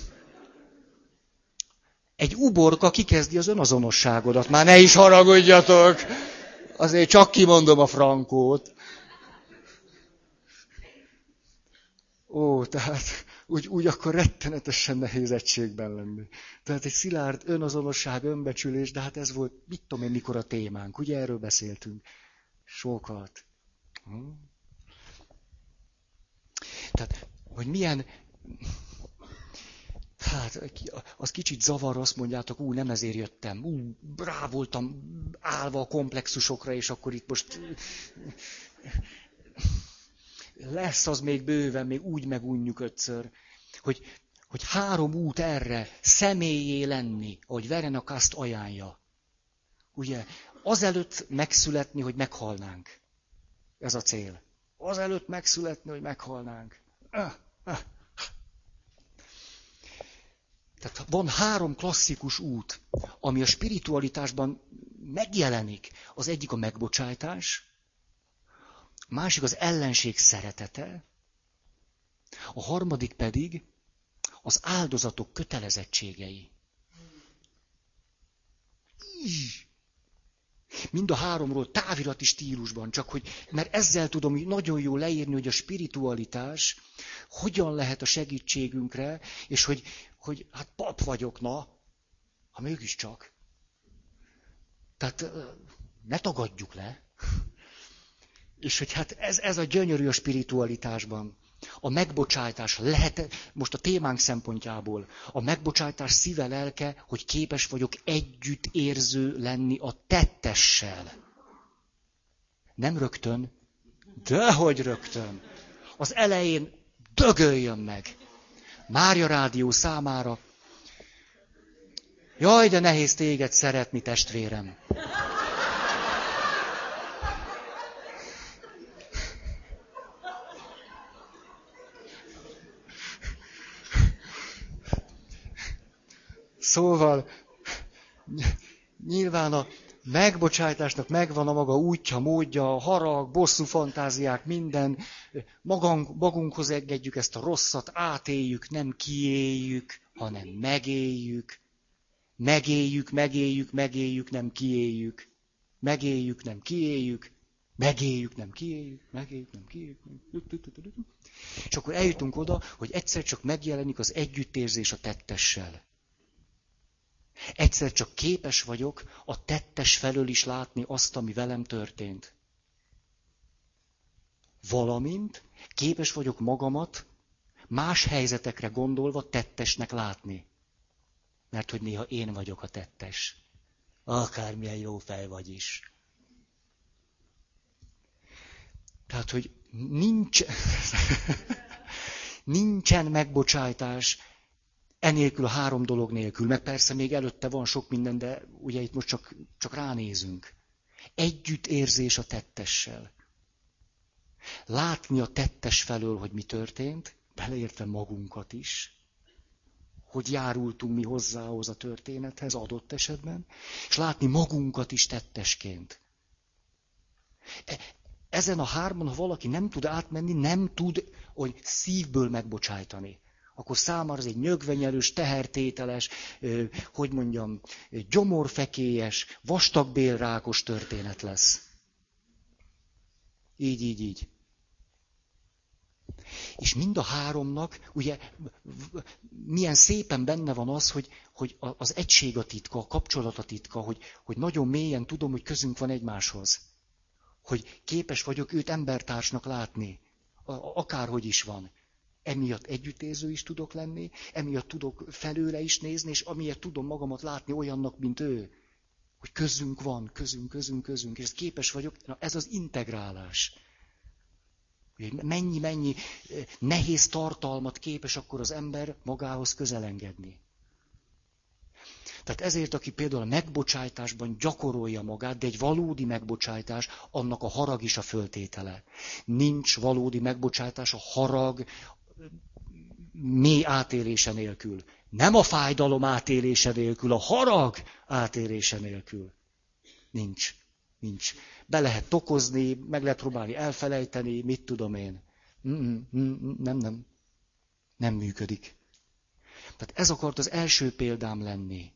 [SPEAKER 1] Egy uborka kikezdi az önazonosságodat. Már ne is haragudjatok! Azért csak kimondom a frankót. Ó, tehát úgy, úgy akkor rettenetesen nehéz egységben lenni. Tehát egy szilárd önazonosság, önbecsülés, de hát ez volt, mit tudom én, mikor a témánk. Ugye erről beszéltünk. Sokat. Hm? Tehát, hogy milyen... Hát, az kicsit zavar, azt mondjátok, ú, nem ezért jöttem, ú, rá voltam állva a komplexusokra, és akkor itt most lesz az még bőven, még úgy megunjuk ötször, hogy, hogy három út erre, személyé lenni, ahogy Verena Kast ajánlja. Ugye, azelőtt megszületni, hogy meghalnánk. Ez a cél. Azelőtt megszületni, hogy meghalnánk. Ah, ah. Tehát van három klasszikus út, ami a spiritualitásban megjelenik. Az egyik a megbocsájtás, a másik az ellenség szeretete, a harmadik pedig az áldozatok kötelezettségei. Mind a háromról távirati stílusban, csak hogy, mert ezzel tudom nagyon jól leírni, hogy a spiritualitás hogyan lehet a segítségünkre, és hogy, hogy hát pap vagyok, na, ha mégiscsak. Tehát ne tagadjuk le. És hogy hát ez, ez a gyönyörű a spiritualitásban. A megbocsátás lehet, most a témánk szempontjából, a megbocsátás szíve, lelke, hogy képes vagyok együtt érző lenni a tettessel. Nem rögtön, dehogy rögtön. Az elején dögöljön meg. Mária Rádió számára. Jaj, de nehéz téged szeretni, testvérem. Szóval, nyilván a megbocsátásnak megvan a maga útja, módja, a harag, bosszú fantáziák, minden. Magunk, magunkhoz engedjük ezt a rosszat, átéljük, nem kiéljük, hanem megéljük. Megéljük, megéljük, megéljük, nem kiéljük. Megéljük, nem kiéljük. Megéljük, nem kiéljük. Megéljük, nem kiéljük. És akkor eljutunk oda, hogy egyszer csak megjelenik az együttérzés a tettessel. Egyszer csak képes vagyok a tettes felől is látni azt, ami velem történt. Valamint képes vagyok magamat más helyzetekre gondolva tettesnek látni. Mert hogy néha én vagyok a tettes. Akármilyen jó fej vagy is. Tehát, hogy nincs, nincsen megbocsájtás enélkül a három dolog nélkül. Meg persze még előtte van sok minden, de ugye itt most csak, csak ránézünk. Együttérzés a tettessel. Látni a tettes felől, hogy mi történt, beleértve magunkat is. Hogy járultunk mi hozzához a történethez adott esetben, és látni magunkat is tettesként. Ezen a hárman, ha valaki nem tud átmenni, nem tud hogy szívből megbocsájtani. Akkor számára ez egy nyögvenyelős, tehertételes, hogy mondjam, gyomorfekélyes, vastagbélrákos történet lesz. Így, így, így. És mind a háromnak, ugye, milyen szépen benne van az, hogy, hogy az egység a titka, a kapcsolat a titka, hogy, hogy nagyon mélyen tudom, hogy közünk van egymáshoz. Hogy képes vagyok őt embertársnak látni, akárhogy is van. Emiatt együttérző is tudok lenni, emiatt tudok felőle is nézni, és amiatt tudom magamat látni olyannak, mint ő. Hogy közünk van, közünk, közünk, közünk, és ezt képes vagyok, na ez az integrálás. Mennyi, mennyi nehéz tartalmat képes akkor az ember magához közelengedni. Tehát ezért, aki például a megbocsájtásban gyakorolja magát, de egy valódi megbocsájtás, annak a harag is a föltétele. Nincs valódi megbocsájtás a harag mély átélése nélkül. Nem a fájdalom átélése nélkül, a harag átélése nélkül. Nincs. Nincs. Be lehet tokozni, meg lehet próbálni elfelejteni, mit tudom én. Nem, nem, nem. Nem működik. Tehát ez akart az első példám lenni.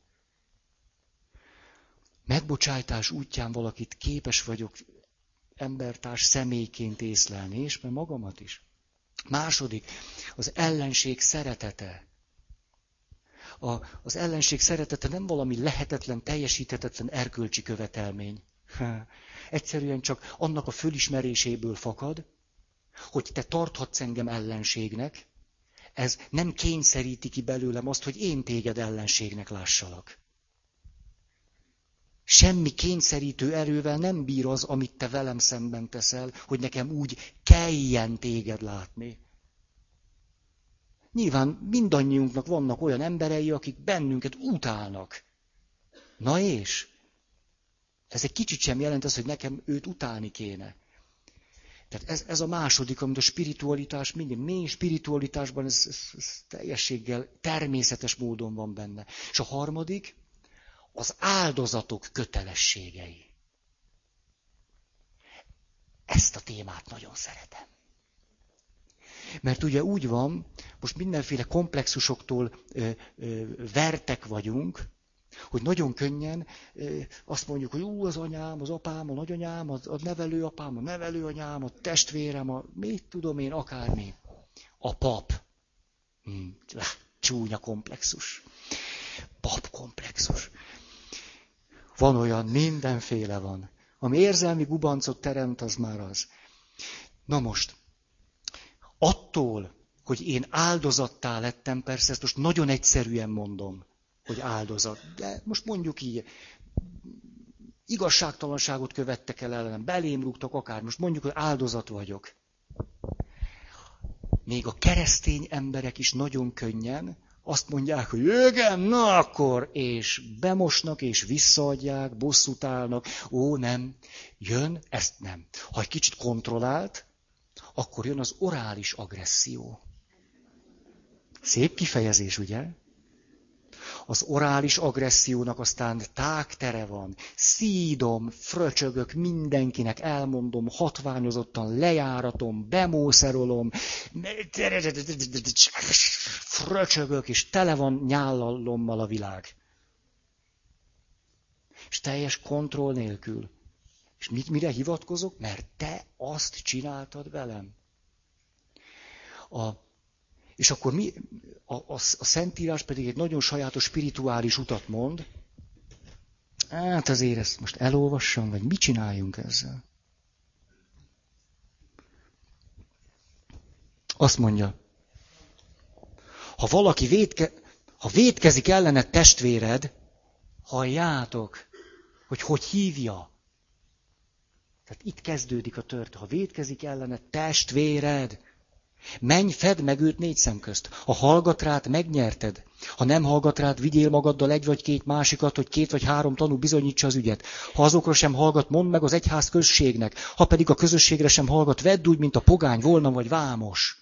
[SPEAKER 1] Megbocsájtás útján valakit képes vagyok embertárs személyként észlelni, és mert magamat is. Második, az ellenség szeretete. A, az ellenség szeretete nem valami lehetetlen, teljesíthetetlen erkölcsi követelmény. Egyszerűen csak annak a fölismeréséből fakad, hogy te tarthatsz engem ellenségnek, ez nem kényszeríti ki belőlem azt, hogy én téged ellenségnek lássalak. Semmi kényszerítő erővel nem bír az, amit te velem szemben teszel, hogy nekem úgy kelljen téged látni. Nyilván mindannyiunknak vannak olyan emberei, akik bennünket utálnak. Na és? Ez egy kicsit sem jelent az, hogy nekem őt utálni kéne. Tehát ez, ez a második, amit a spiritualitás, minden mély spiritualitásban ez, ez, ez teljességgel, természetes módon van benne. És a harmadik, az áldozatok kötelességei. Ezt a témát nagyon szeretem. Mert ugye úgy van, most mindenféle komplexusoktól ö, ö, vertek vagyunk, hogy nagyon könnyen azt mondjuk, hogy ú, az anyám, az apám, a nagyanyám, a nevelőapám, a nevelőanyám, a testvérem, a mit tudom én, akármi. A pap. Hmm, csúnya komplexus. Pap komplexus. Van olyan, mindenféle van. Ami érzelmi gubancot teremt, az már az. Na most, attól, hogy én áldozattá lettem, persze ezt most nagyon egyszerűen mondom, hogy áldozat. De most mondjuk így, igazságtalanságot követtek el ellenem, belém rúgtak akár, most mondjuk, hogy áldozat vagyok. Még a keresztény emberek is nagyon könnyen azt mondják, hogy igen, na akkor, és bemosnak, és visszaadják, bosszút állnak. Ó, nem, jön, ezt nem. Ha egy kicsit kontrollált, akkor jön az orális agresszió. Szép kifejezés, ugye? Az orális agressziónak aztán tágtere van. Szídom, fröcsögök mindenkinek, elmondom, hatványozottan lejáratom, bemószerolom, fröcsögök, és tele van nyállommal a világ. És teljes kontroll nélkül. És mit, mire hivatkozok? Mert te azt csináltad velem. A, és akkor mi, a, a, a Szentírás pedig egy nagyon sajátos spirituális utat mond. Hát azért ezt most elolvassam, vagy mit csináljunk ezzel? Azt mondja, ha valaki védke, ha vétkezik ellened testvéred, halljátok, hogy hogy hívja. Tehát itt kezdődik a történet. Ha vétkezik ellened testvéred, menj, fedd meg őt négy szem közt. Ha hallgat rád, megnyerted. Ha nem hallgat rád, vigyél magaddal egy vagy két másikat, hogy két vagy három tanú bizonyítsa az ügyet. Ha azokra sem hallgat, mondd meg az egyház községnek. Ha pedig a közösségre sem hallgat, vedd úgy, mint a pogány volna vagy vámos.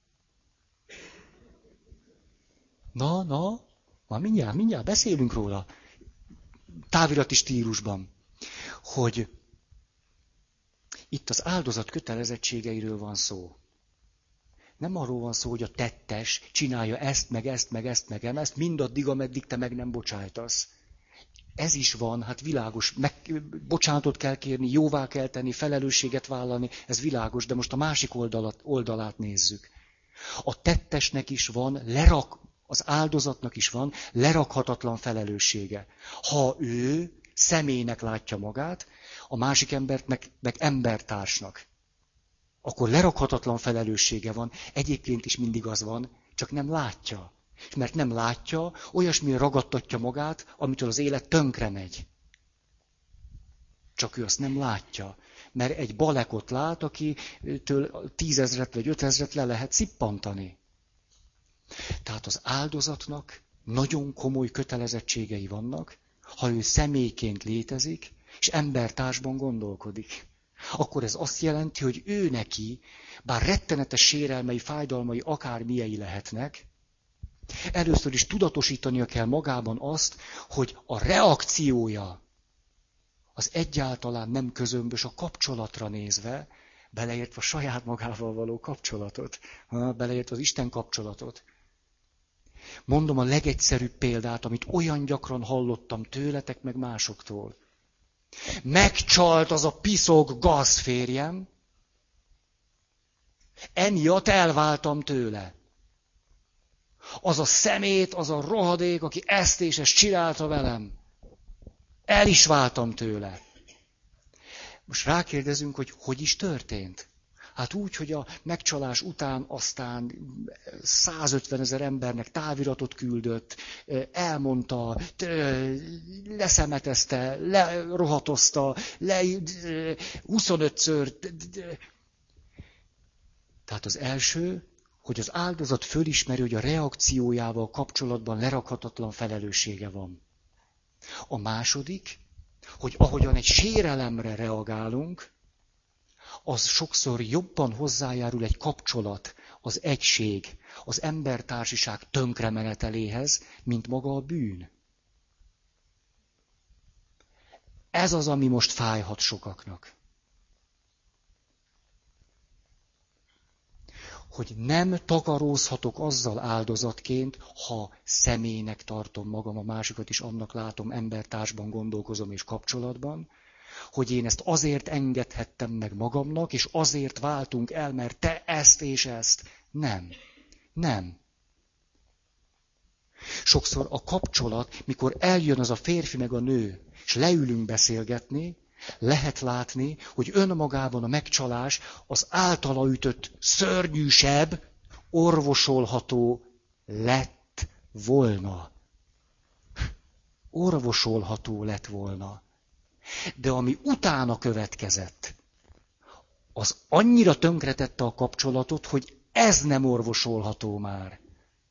[SPEAKER 1] Na, na, már mindjárt, mindjárt beszélünk róla. Távirati stílusban. Hogy itt az áldozat kötelezettségeiről van szó. Nem arról van szó, hogy a tettes csinálja ezt, meg ezt, meg ezt, meg ezt, mindaddig, ameddig te meg nem bocsájtasz. Ez is van, hát világos, meg, bocsánatot kell kérni, jóvá kell tenni, felelősséget vállalni, ez világos, de most a másik oldalat, oldalát nézzük. A tettesnek is van, lerak, az áldozatnak is van lerakhatatlan felelőssége. Ha ő személynek látja magát, a másik embert meg, meg embertársnak, akkor lerakhatatlan felelőssége van. Egyébként is mindig az van, csak nem látja. És mert nem látja, olyasmire ragadtatja magát, amitől az élet tönkre megy. Csak ő azt nem látja. Mert egy balekot lát, akitől tízezret vagy ötezret le lehet szippantani. Tehát az áldozatnak nagyon komoly kötelezettségei vannak, ha ő személyként létezik, és embertársban gondolkodik. Akkor ez azt jelenti, hogy ő neki, bár rettenetes sérelmei, fájdalmai akármilyei lehetnek, először is tudatosítania kell magában azt, hogy a reakciója az egyáltalán nem közömbös a kapcsolatra nézve, beleértve a saját magával való kapcsolatot, beleértve az Isten kapcsolatot. Mondom a legegyszerűbb példát, amit olyan gyakran hallottam tőletek, meg másoktól. Megcsalt az a piszok gazférjem, emiatt elváltam tőle. Az a szemét, az a rohadék, aki ezt és ezt csinálta velem. El is váltam tőle. Most rákérdezünk, hogy hogy is történt. Hát úgy, hogy a megcsalás után aztán százötvenezer embernek táviratot küldött, elmondta, leszemetezte, lerohatozta, le, huszonötször. Tehát az első, hogy az áldozat fölismeri, hogy a reakciójával kapcsolatban lerakhatatlan felelőssége van. A második, hogy ahogyan egy sérelemre reagálunk, az sokszor jobban hozzájárul egy kapcsolat, az egység, az embertársiság tönkremeneteléhez, mint maga a bűn. Ez az, ami most fájhat sokaknak. Hogy nem takarózhatok azzal áldozatként, ha személynek tartom magam, a másikat is annak látom, embertársban gondolkozom és kapcsolatban, hogy én ezt azért engedhettem meg magamnak, és azért váltunk el, mert te ezt és ezt. Nem. Nem. Sokszor a kapcsolat, mikor eljön az a férfi meg a nő, és leülünk beszélgetni, lehet látni, hogy önmagában a megcsalás az általa ütött szörnyűsebb, orvosolható lett volna. Orvosolható lett volna. De ami utána következett, az annyira tönkretette a kapcsolatot, hogy ez nem orvosolható már.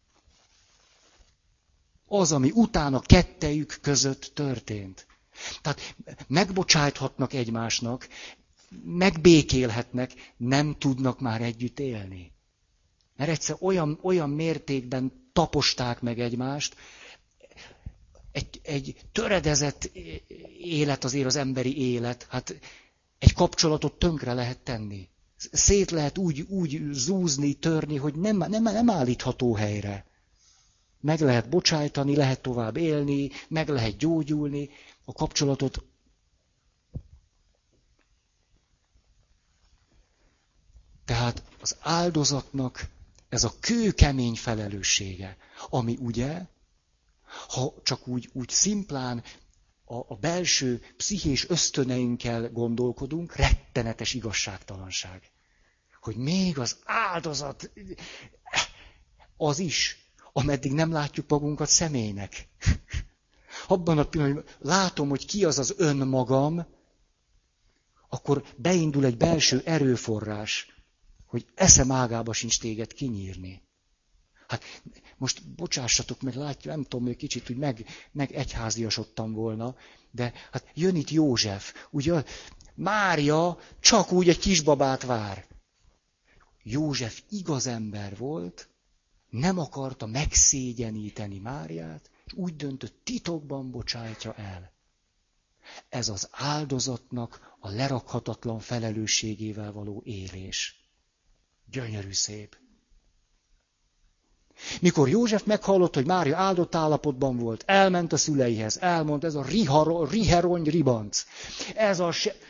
[SPEAKER 1] Az, ami utána kettejük között történt. Tehát megbocsájthatnak egymásnak, megbékélhetnek, nem tudnak már együtt élni. Mert egyszer olyan, olyan mértékben taposták meg egymást, egy, egy töredezett élet azért az emberi élet, hát egy kapcsolatot tönkre lehet tenni. Szét lehet úgy, úgy zúzni, törni, hogy nem, nem, nem állítható helyre. Meg lehet bocsájtani, lehet tovább élni, meg lehet gyógyulni, a kapcsolatot. Tehát az áldozatnak ez a kőkemény felelőssége, ami ugye, ha csak úgy, úgy szimplán a, a belső pszichés ösztöneinkkel gondolkodunk, rettenetes igazságtalanság. Hogy még az áldozat, az is, ameddig nem látjuk magunkat személynek. Abban a pillanatban, hogy látom, hogy ki az az önmagam, akkor beindul egy belső erőforrás, hogy eszem ágába sincs téged kinyírni. Hát most bocsássatok meg, látja, nem tudom, hogy kicsit hogy meg, meg egyháziasodtam volna, de hát jön itt József, ugye Mária csak úgy egy kisbabát vár. József igaz ember volt, nem akarta megszégyeníteni Máriát, és úgy döntött, titokban bocsájtja el. Ez az áldozatnak a lerakhatatlan felelősségével való élés. Gyönyörű szép. Mikor József meghallotta, hogy Mária áldott állapotban volt, elment a szüleihez, elmondta, ez a rihar, riherony ribanc. Ez a se...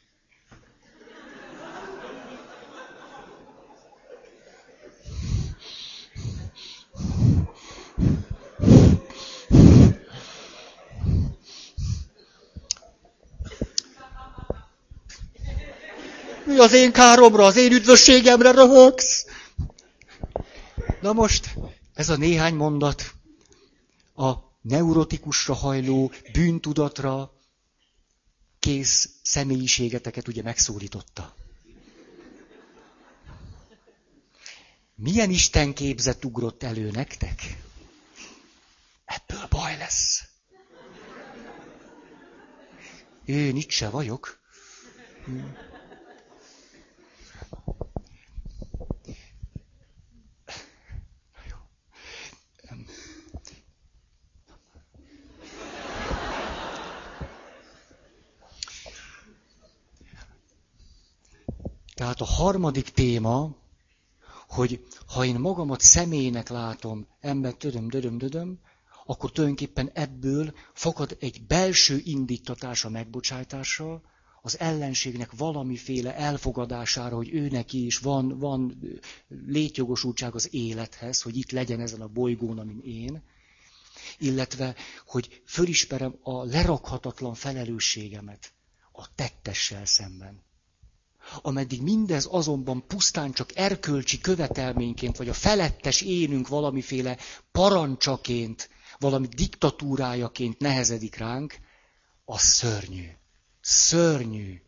[SPEAKER 1] Mi az én káromra, az én üdvösségemre röhögsz? Na most, ez a néhány mondat a neurotikusra hajló, bűntudatra kész személyiségeteket ugye megszólította. Milyen istenképzet ugrott elő nektek? Ebből baj lesz. Én itt se vagyok. Tehát a harmadik téma, hogy ha én magamat személynek látom, ember dödöm, dödöm, dödöm, akkor tulajdonképpen ebből fakad egy belső indítatás a megbocsájtásra, az ellenségnek valamiféle elfogadására, hogy ő neki is van, van létjogosultság az élethez, hogy itt legyen ezen a bolygón, amin én, illetve, hogy fölismerem a lerakhatatlan felelősségemet a tettessel szemben. Ameddig mindez azonban pusztán csak erkölcsi követelményként, vagy a felettes énünk valamiféle parancsaként, valami diktatúrájaként nehezedik ránk, az szörnyű. Szörnyű.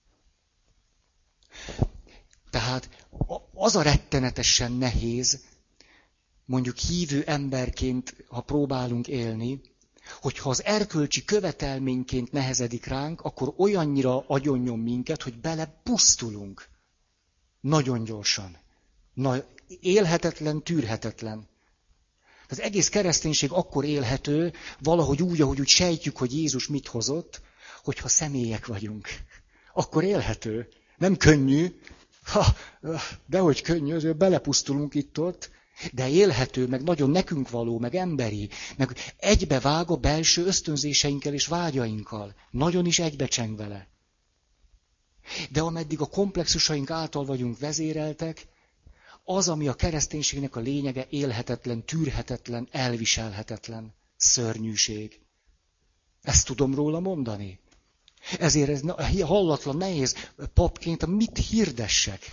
[SPEAKER 1] Tehát az a rettenetesen nehéz, mondjuk hívő emberként, ha próbálunk élni, hogyha az erkölcsi követelményként nehezedik ránk, akkor olyannyira agyonnyom minket, hogy belepusztulunk. Nagyon gyorsan. Na, élhetetlen, tűrhetetlen. Az egész kereszténység akkor élhető, valahogy úgy, ahogy úgy sejtjük, hogy Jézus mit hozott, hogyha személyek vagyunk. Akkor élhető. Nem könnyű, ha, dehogy könnyű, azért belepusztulunk itt-ott, de élhető, meg nagyon nekünk való, meg emberi, meg egybevág a belső ösztönzéseinkkel és vágyainkkal. Nagyon is egybecseng vele. De ameddig a komplexusaink által vagyunk vezéreltek, az, ami a kereszténységnek a lényege, élhetetlen, tűrhetetlen, elviselhetetlen szörnyűség. Ezt tudom róla mondani. Ezért ez hallatlan, nehéz papként, mit hirdessek.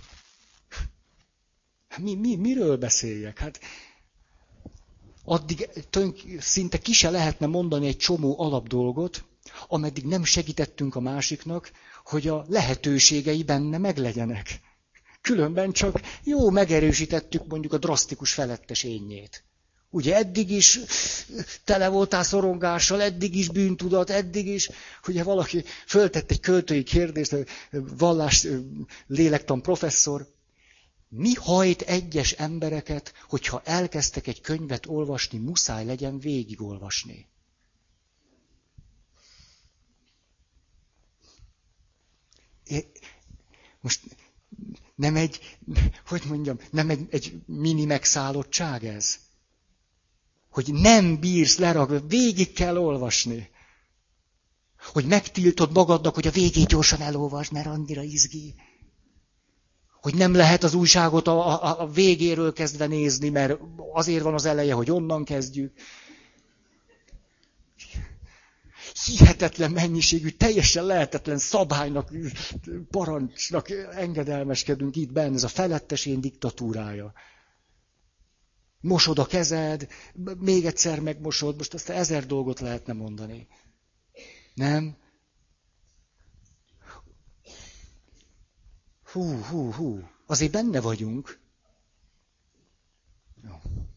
[SPEAKER 1] Mi, mi, miről beszéljek? Hát addig tönk, szinte ki se lehetne mondani egy csomó alapdolgot, ameddig nem segítettünk a másiknak, hogy a lehetőségei benne meglegyenek. Különben csak jó, megerősítettük mondjuk a drasztikus felettes énnyét. Ugye eddig is tele voltál szorongással, eddig is bűntudat, eddig is, ugye valaki föltett egy költői kérdést, vallás lélektan professzor, mi hajt egyes embereket, hogyha elkezdtek egy könyvet olvasni, muszáj legyen végigolvasni? Most nem egy, hogy mondjam, nem egy, egy mini megszállottság ez? hogy nem bírsz lerakni, végig kell olvasni. Hogy megtiltod magadnak, hogy a végét gyorsan elolvasd, mert annyira izgi. Hogy nem lehet az újságot a, a, a végéről kezdve nézni, mert azért van az eleje, hogy onnan kezdjük. Hihetetlen mennyiségű, teljesen lehetetlen szabálynak, parancsnak engedelmeskedünk itt benne, ez a felettes én diktatúrája. Mosod a kezed, még egyszer megmosod, most azt ezer dolgot lehetne mondani. Nem? Hú, hú, hú. Azért benne vagyunk. Jó.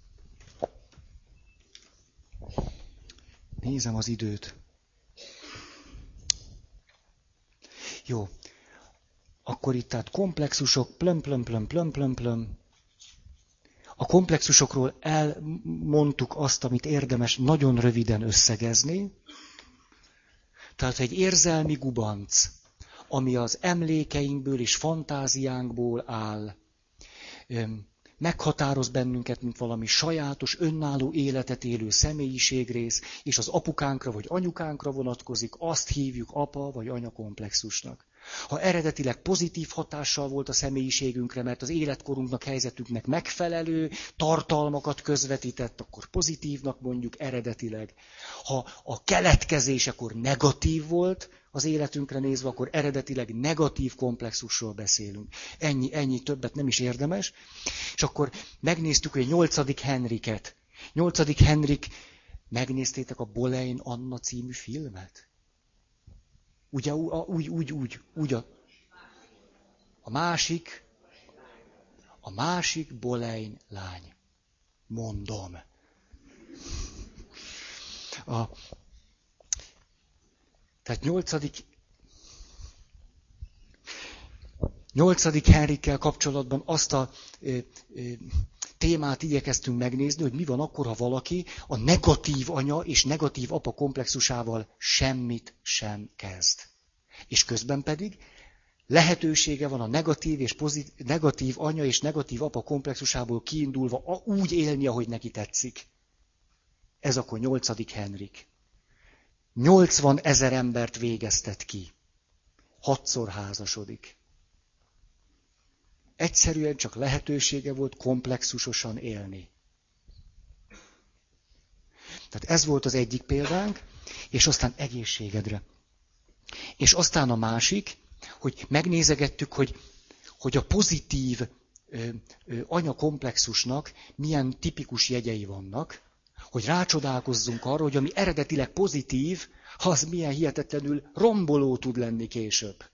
[SPEAKER 1] Nézem az időt. Jó. Akkor itt tehát komplexusok, plöm, plöm, plöm, plöm, plöm, plöm. A komplexusokról elmondtuk azt, amit érdemes nagyon röviden összegezni. Tehát egy érzelmi gubanc, ami az emlékeinkből és fantáziánkból áll, meghatároz bennünket, mint valami sajátos, önálló életet élő személyiségrész, és az apukánkra vagy anyukánkra vonatkozik, azt hívjuk apa vagy anya komplexusnak. Ha eredetileg pozitív hatással volt a személyiségünkre, mert az életkorunknak, helyzetünknek megfelelő tartalmakat közvetített, akkor pozitívnak mondjuk eredetileg. Ha a keletkezésekor negatív volt az életünkre nézve, akkor eredetileg negatív komplexusról beszélünk. Ennyi, ennyi többet nem is érdemes. És akkor megnéztük, hogy a nyolcadik Henriket. Nyolcadik Henrik, megnéztétek a Boleyn Anna című filmet? Ugye úgy, úgy, úgy, úgy a, a másik, a másik Boleyn lány. Mondom. A, tehát nyolcadik, nyolcadik Henrikkel kapcsolatban azt a ö, ö, témát igyekeztünk megnézni, hogy mi van akkor, ha valaki a negatív anya és negatív apa komplexusával semmit sem kezd. És közben pedig lehetősége van a negatív, és pozitív, negatív anya és negatív apa komplexusából kiindulva úgy élni, ahogy neki tetszik. Ez akkor nyolcadik Henrik. nyolcvan ezer embert végeztet ki. Hatszor házasodik. Egyszerűen csak lehetősége volt komplexusosan élni. Tehát ez volt az egyik példánk, és aztán egészségedre. És aztán a másik, hogy megnézegettük, hogy, hogy a pozitív ö, ö, anyakomplexusnak milyen tipikus jegyei vannak, hogy rácsodálkozzunk arra, hogy ami eredetileg pozitív, az milyen hihetetlenül romboló tud lenni később.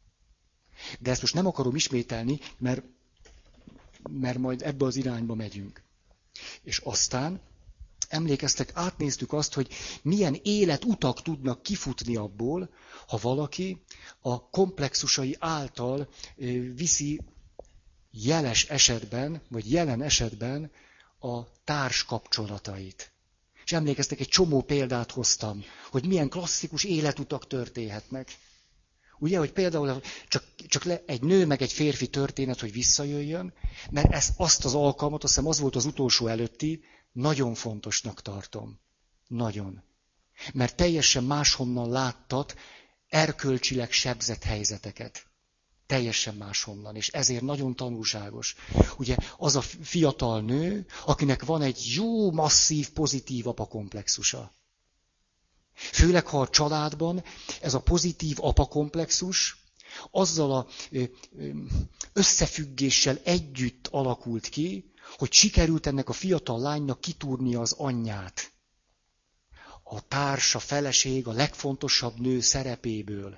[SPEAKER 1] De ezt most nem akarom ismételni, mert, mert majd ebbe az irányba megyünk. És aztán emlékeztek, átnéztük azt, hogy milyen életutak tudnak kifutni abból, ha valaki a komplexusai által viszi jeles esetben, vagy jelen esetben a társ kapcsolatait. És emlékeztek, egy csomó példát hoztam, hogy milyen klasszikus életutak történhetnek. Ugye, hogy például csak, csak le, egy nő meg egy férfi történet, hogy visszajöjjön, mert ezt, azt az alkalmat, azt hiszem az volt az utolsó előtti, nagyon fontosnak tartom. Nagyon. Mert teljesen máshonnan láttat erkölcsileg sebzett helyzeteket. Teljesen máshonnan, és ezért nagyon tanulságos. Ugye az a fiatal nő, akinek van egy jó, masszív, pozitív apakomplexusa. Főleg, ha a családban ez a pozitív apakomplexus azzal a összefüggéssel együtt alakult ki, hogy sikerült ennek a fiatal lánynak kitúrnia az anyját. A társ, a feleség, a legfontosabb nő szerepéből.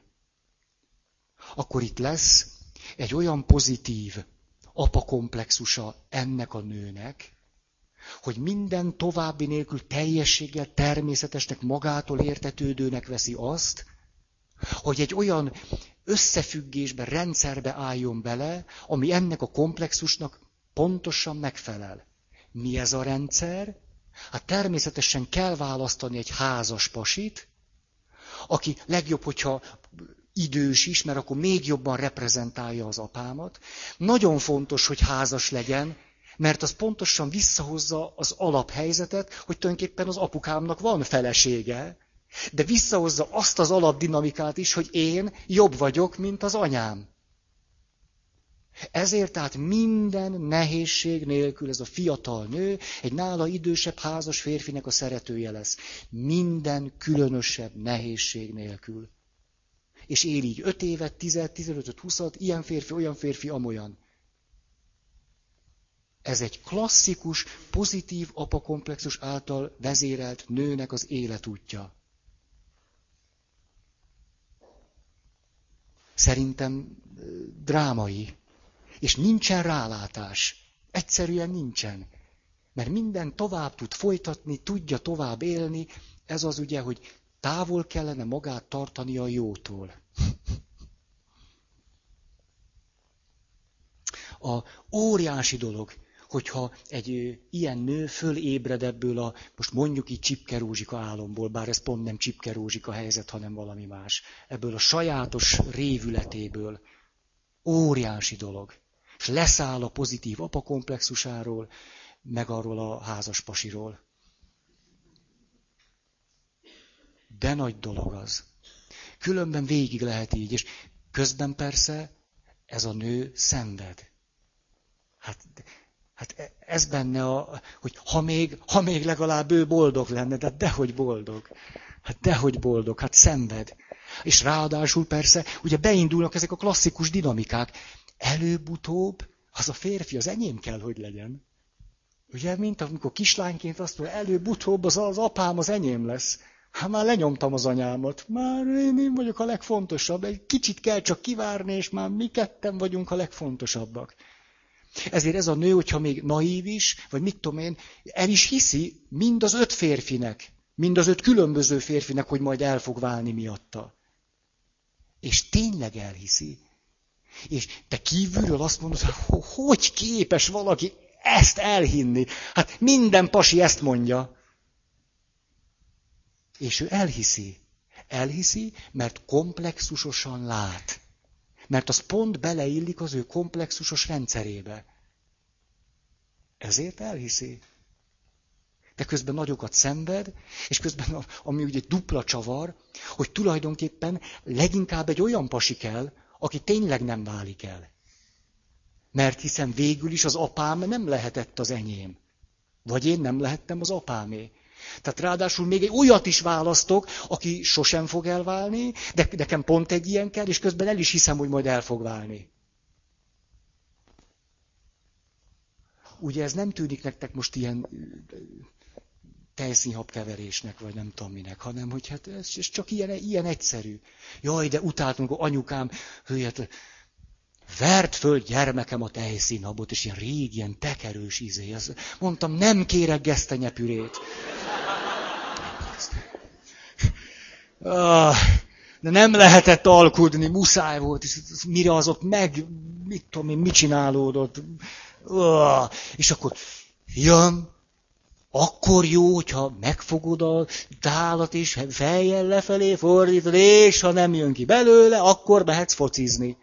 [SPEAKER 1] Akkor itt lesz egy olyan pozitív apakomplexusa ennek a nőnek, hogy minden további nélkül teljességgel természetesnek, magától értetődőnek veszi azt, hogy egy olyan összefüggésbe, rendszerbe álljon bele, ami ennek a komplexusnak pontosan megfelel. Mi ez a rendszer? Hát természetesen kell választani egy házas pasit, aki legjobb, hogyha idős is, mert akkor még jobban reprezentálja az apámat. Nagyon fontos, hogy házas legyen, Mert az pontosan visszahozza az alaphelyzetet, hogy tulajdonképpen az apukámnak van felesége, de visszahozza azt az alapdinamikát is, hogy én jobb vagyok, mint az anyám. Ezért tehát minden nehézség nélkül ez a fiatal nő egy nála idősebb házas férfinek a szeretője lesz. Minden különösebb nehézség nélkül. És él így öt évet, tízet, tizenötöt, húszat, ilyen férfi, olyan férfi, amolyan. Ez egy klasszikus, pozitív apakomplexus által vezérelt nőnek az életútja. Szerintem drámai. És nincsen rálátás. Egyszerűen nincsen. Mert minden tovább tud folytatni, tudja tovább élni. Ez az ugye, hogy távol kellene magát tartani a jótól. A óriási dolog, hogyha egy ilyen nő fölébred ebből a, most mondjuk így csipkerózsika álomból, bár ez pont nem csipkerózsika helyzet, hanem valami más. Ebből a sajátos révületéből. Óriási dolog. És leszáll a pozitív apakomplexusáról, meg arról a házaspasiról. De nagy dolog az. Különben végig lehet így, és közben persze ez a nő szenved. Hát, hát ez benne, a, hogy ha még, ha még legalább ő boldog lenne, de dehogy boldog. Hát dehogy boldog, hát szenved. És ráadásul persze, ugye beindulnak ezek a klasszikus dinamikák. Előbb-utóbb az a férfi az enyém kell, hogy legyen. Ugye, mint amikor kislányként azt mondja, előbb-utóbb az, az apám az enyém lesz. Hát már lenyomtam az anyámat, már én, én vagyok a legfontosabb, egy kicsit kell csak kivárni, és már mi ketten vagyunk a legfontosabbak. Ezért ez a nő, hogyha még naív is, vagy mit tudom én, el is hiszi mind az öt férfinek, mind az öt különböző férfinek, hogy majd el fog válni miatta. És tényleg elhiszi. És te kívülről azt mondod, hogy hogy képes valaki ezt elhinni? Hát minden pasi ezt mondja. És ő elhiszi. Elhiszi, mert komplexusosan lát. Mert az pont beleillik az ő komplexusos rendszerébe. Ezért elhiszi. De közben nagyokat szenved, és közben, ami ugye dupla csavar, hogy tulajdonképpen leginkább egy olyan pasi kell, aki tényleg nem válik el. Mert hiszen végül is az apám nem lehetett az enyém. Vagy én nem lehettem az apámé. Tehát ráadásul még egy olyat is választok, aki sosem fog elválni, de nekem pont egy ilyen kell, és közben el is hiszem, hogy majd el fog válni. Ugye ez nem tűnik nektek most ilyen tejszínhabkeverésnek, vagy nem tudom minek, hanem hogy hát ez, ez csak ilyen, ilyen egyszerű. Jaj, de utáltam, amikor anyukám, hogy hát, vert föl gyermekem a tejszínhabot, és ilyen rég, ilyen tekerős izé. Azt mondtam, nem kérek gesztenyepürét. De nem lehetett alkudni, muszáj volt, és mire az ott meg, mit tudom én, mit csinálódott. És akkor, ja, akkor jó, hogyha megfogod a tálat, és fejjel lefelé fordítod, és ha nem jön ki belőle, akkor mehetsz focizni.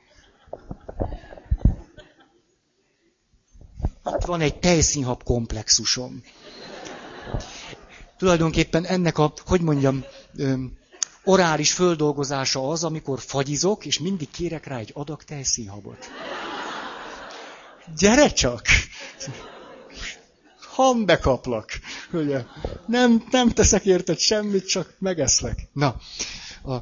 [SPEAKER 1] Itt van egy tejszínhab komplexusom. Tulajdonképpen ennek a, hogy mondjam, orális földolgozása az, amikor fagyizok, és mindig kérek rá egy adag tejszínhabot. Gyere csak! Han bekaplak. Ugye? Nem, nem teszek érted semmit, csak megeszlek. Na. A...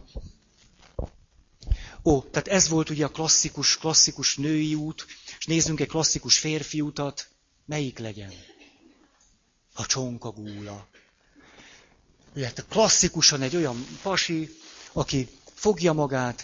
[SPEAKER 1] Ó, tehát ez volt ugye a klasszikus, klasszikus női út, és nézzünk egy klasszikus férfi utat. Melyik legyen? A csonkagúla. Ugye, hát klasszikusan egy olyan pasi, aki fogja magát,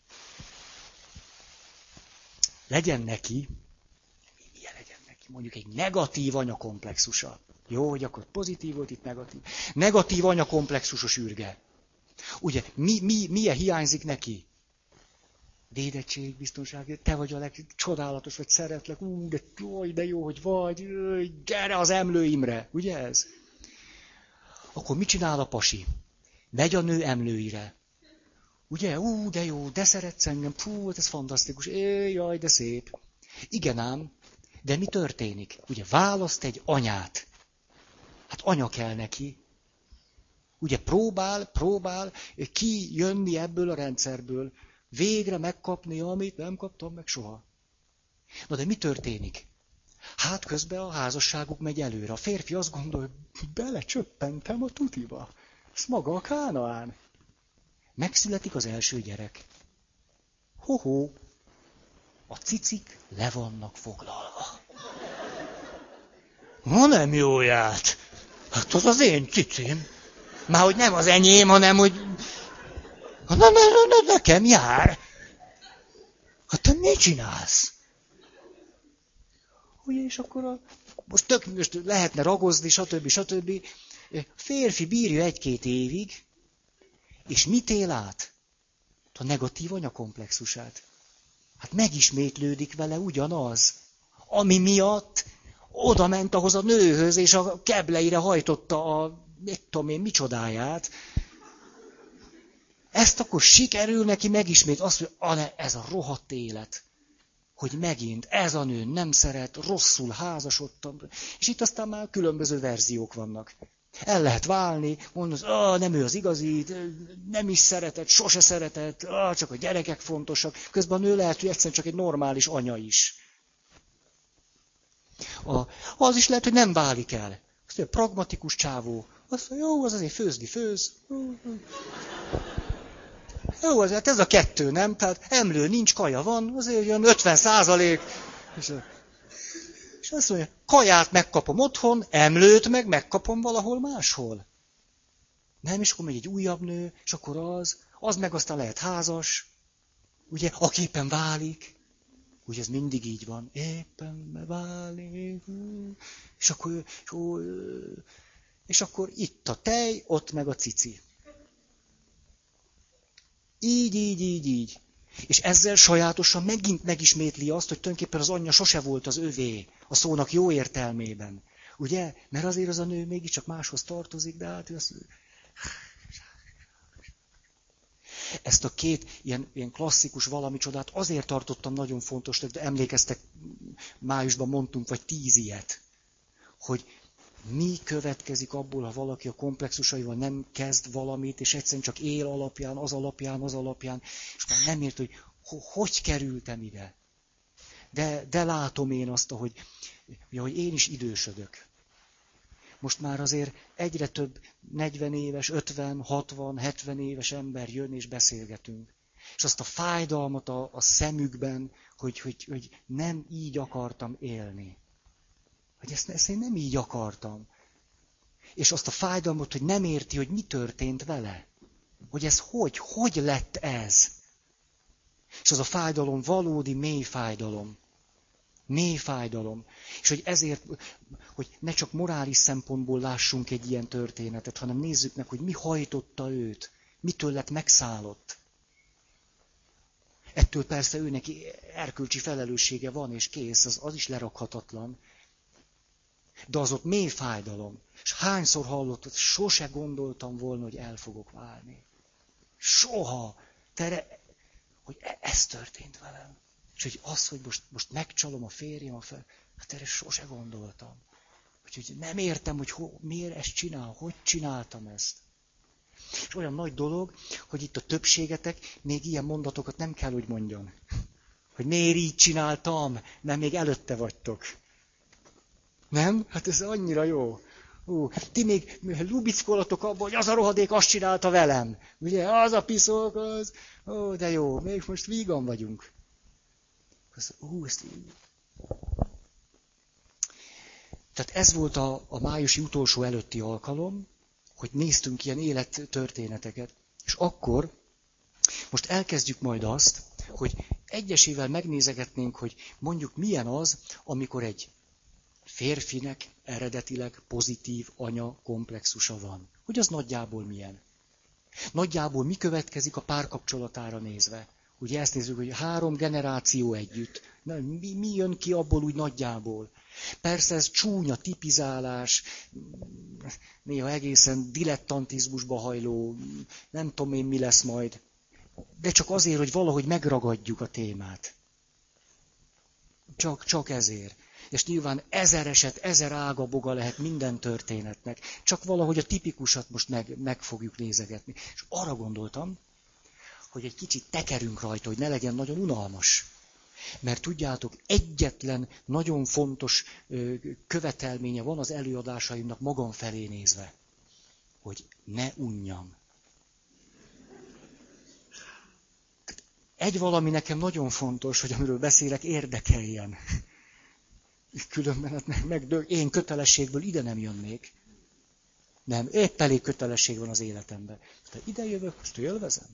[SPEAKER 1] legyen neki, milyen legyen neki, mondjuk egy negatív anyakomplexusa. Jó, hogy akkor pozitív volt, itt negatív. Negatív anyakomplexusos ürge. Ugye, mi, mi, milyen hiányzik neki? Védettség, biztonság, te vagy a legcsodálatos, vagy szeretlek, ú, de jó, de jó, hogy vagy, gyere az emlőimre, ugye ez? Akkor mit csinál a pasi? Megy a nő emlőire. Ugye, ú, de jó, de szeretsz engem, fú, ez fantasztikus, é, jaj, de szép. Igen ám, De mi történik? Ugye választ egy anyát. Hát anya kell neki. Ugye próbál, próbál kijönni ebből a rendszerből. Végre megkapni, amit nem kaptam meg soha. Na de mi történik? Hát közben a házasságuk megy előre. A férfi azt gondolja, hogy belecsöppentem a tutiba. Ez maga a Kánaán. Megszületik az első gyerek. Ho-ho, a cicik le vannak foglalva. Ha nem jóját. Hát az az én cicim. Már hogy nem az enyém, hanem hogy... Na, na, na, na, nekem jár. Hát te mit csinálsz? Ugye, és akkor a... most tök most lehetne ragozni, stb. stb. Férfi bírja egy-két évig, és mit él át? A negatív anyakomplexusát. Hát megismétlődik vele ugyanaz, ami miatt oda ment ahhoz a nőhöz, és a kebleire hajtotta a, mit tudom én, micsodáját. Ezt akkor sikerül neki megismét azt, hogy ah, ne, ez a rohadt élet. Hogy megint ez a nő nem szeret, rosszul házasodtam. És itt aztán már különböző verziók vannak. El lehet válni, mondod, hogy ah, nem ő az igazi, nem is szeretett, sose szeretett, ah, csak a gyerekek fontosak. Közben a nő lehet, hogy egyszerűen csak egy normális anya is. A, az is lehet, hogy nem válik el. Azt mondja, pragmatikus csávó. Azt mondja, jó, az azért főzni főz. Jó, az, hát ez a kettő, nem? Tehát emlő nincs, kaja van, azért olyan ötven százalék. És, és azt mondja, kaját megkapom otthon, emlőt meg megkapom valahol máshol. Nem, és akkor megy egy újabb nő, és akkor az, az meg aztán lehet házas, ugye, aki éppen válik. Ugye ez mindig így van. Éppen válik. És akkor, és akkor itt a tej, ott meg a cici. Így, így, így, így. És ezzel sajátosan megint megismétli azt, hogy tulajdonképpen az anyja sose volt az övé, a szónak jó értelmében. Ugye? Mert azért az a nő mégiscsak máshoz tartozik, de hát ő azt... Ezt a két ilyen, ilyen klasszikus valami csodát azért tartottam nagyon fontosnak, de emlékeztek, májusban mondtunk, vagy tíz ilyet, hogy mi következik abból, ha valaki a komplexusaival nem kezd valamit, és egyszerűen csak él alapján, az alapján, az alapján, és már nem ért, hogy hogy kerültem ide. De, de látom én azt, hogy, hogy én is idősödök. Most már azért egyre több negyven éves, ötven, hatvan, hetven éves ember jön és beszélgetünk. És azt a fájdalmat a, a szemükben, hogy, hogy, hogy nem így akartam élni. Hogy ezt, ezt én nem így akartam. És azt a fájdalmat, hogy nem érti, hogy mi történt vele. Hogy ez hogy, hogy lett ez. És az a fájdalom valódi mély fájdalom. Mély fájdalom. És hogy ezért, hogy ne csak morális szempontból lássunk egy ilyen történetet, hanem nézzük meg, hogy mi hajtotta őt, mitől lett megszállott. Ettől persze ő neki erkölcsi felelőssége van, és kész, az, az is lerakhatatlan. De az ott mély fájdalom. És hányszor hallottam, sose gondoltam volna, hogy el fogok válni. Soha. Tere, hogy ez történt velem. És hogy az, hogy most, most megcsalom a férjem, a fel, hát erre sose gondoltam. Úgyhogy nem értem, hogy ho, miért ezt csinál, hogy csináltam ezt. És olyan nagy dolog, hogy itt a többségetek még ilyen mondatokat nem kell, hogy mondjon. Hogy miért így csináltam, mert még előtte vagytok. Nem? Hát ez annyira jó. Ú, ti még lubickolhatok abban, hogy az a rohadék azt csinálta velem. Ugye, az a piszok, az... Ó, de jó, még most vígan vagyunk. Ú, ezt... Tehát ez volt a, a májusi utolsó előtti alkalom, hogy néztünk ilyen élettörténeteket. És akkor most elkezdjük majd azt, hogy egyesével megnézegetnénk, hogy mondjuk milyen az, amikor egy férfinek eredetileg pozitív anya komplexusa van. Hogy az nagyjából milyen. Nagyjából mi következik a párkapcsolatára nézve. Ugye ezt nézzük, hogy három generáció együtt. Na, mi, mi jön ki abból úgy nagyjából? Persze ez csúnya tipizálás, néha egészen dilettantizmusba hajló, nem tudom én mi lesz majd. De csak azért, hogy valahogy megragadjuk a témát. Csak, csak ezért. És nyilván ezer eset, ezer ága boga lehet minden történetnek. Csak valahogy a tipikusat most meg, meg fogjuk nézegetni. És arra gondoltam, hogy egy kicsit tekerünk rajta, hogy ne legyen nagyon unalmas. Mert tudjátok, egyetlen nagyon fontos követelménye van az előadásaimnak magam felé nézve, hogy ne unjam. Egy valami nekem nagyon fontos, hogy amiről beszélek, érdekeljen. Különben hát meg, meg én kötelességből ide nem jönnék. Nem, épp elég kötelesség van az életemben. Ha ide jövök, azt élvezem.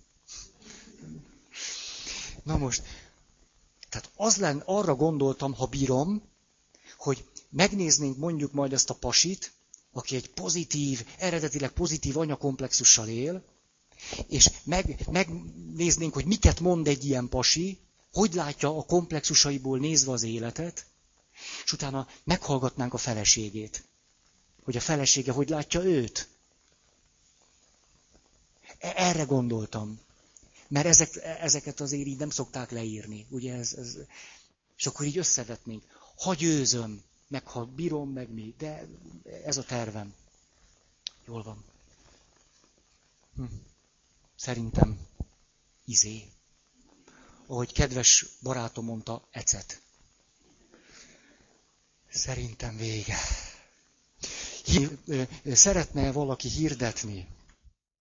[SPEAKER 1] Na most, tehát az lenne, arra gondoltam, ha bírom, hogy megnéznénk mondjuk majd ezt a pasit, aki egy pozitív, eredetileg pozitív anyakomplexussal él, és meg, megnéznénk, hogy miket mond egy ilyen pasi, hogy látja a komplexusaiból nézve az életet, és utána meghallgatnánk a feleségét, hogy a felesége hogy látja őt. Erre gondoltam. Mert ezek, ezeket azért így nem szokták leírni. Ugye ez, ez... És akkor így összevetnénk. Ha győzöm, meg ha bírom, meg mi, de ez a tervem. Jól van. Hm. Szerintem izé. Ahogy kedves barátom mondta, ecet. Szerintem vége. Szeretne valaki hirdetni?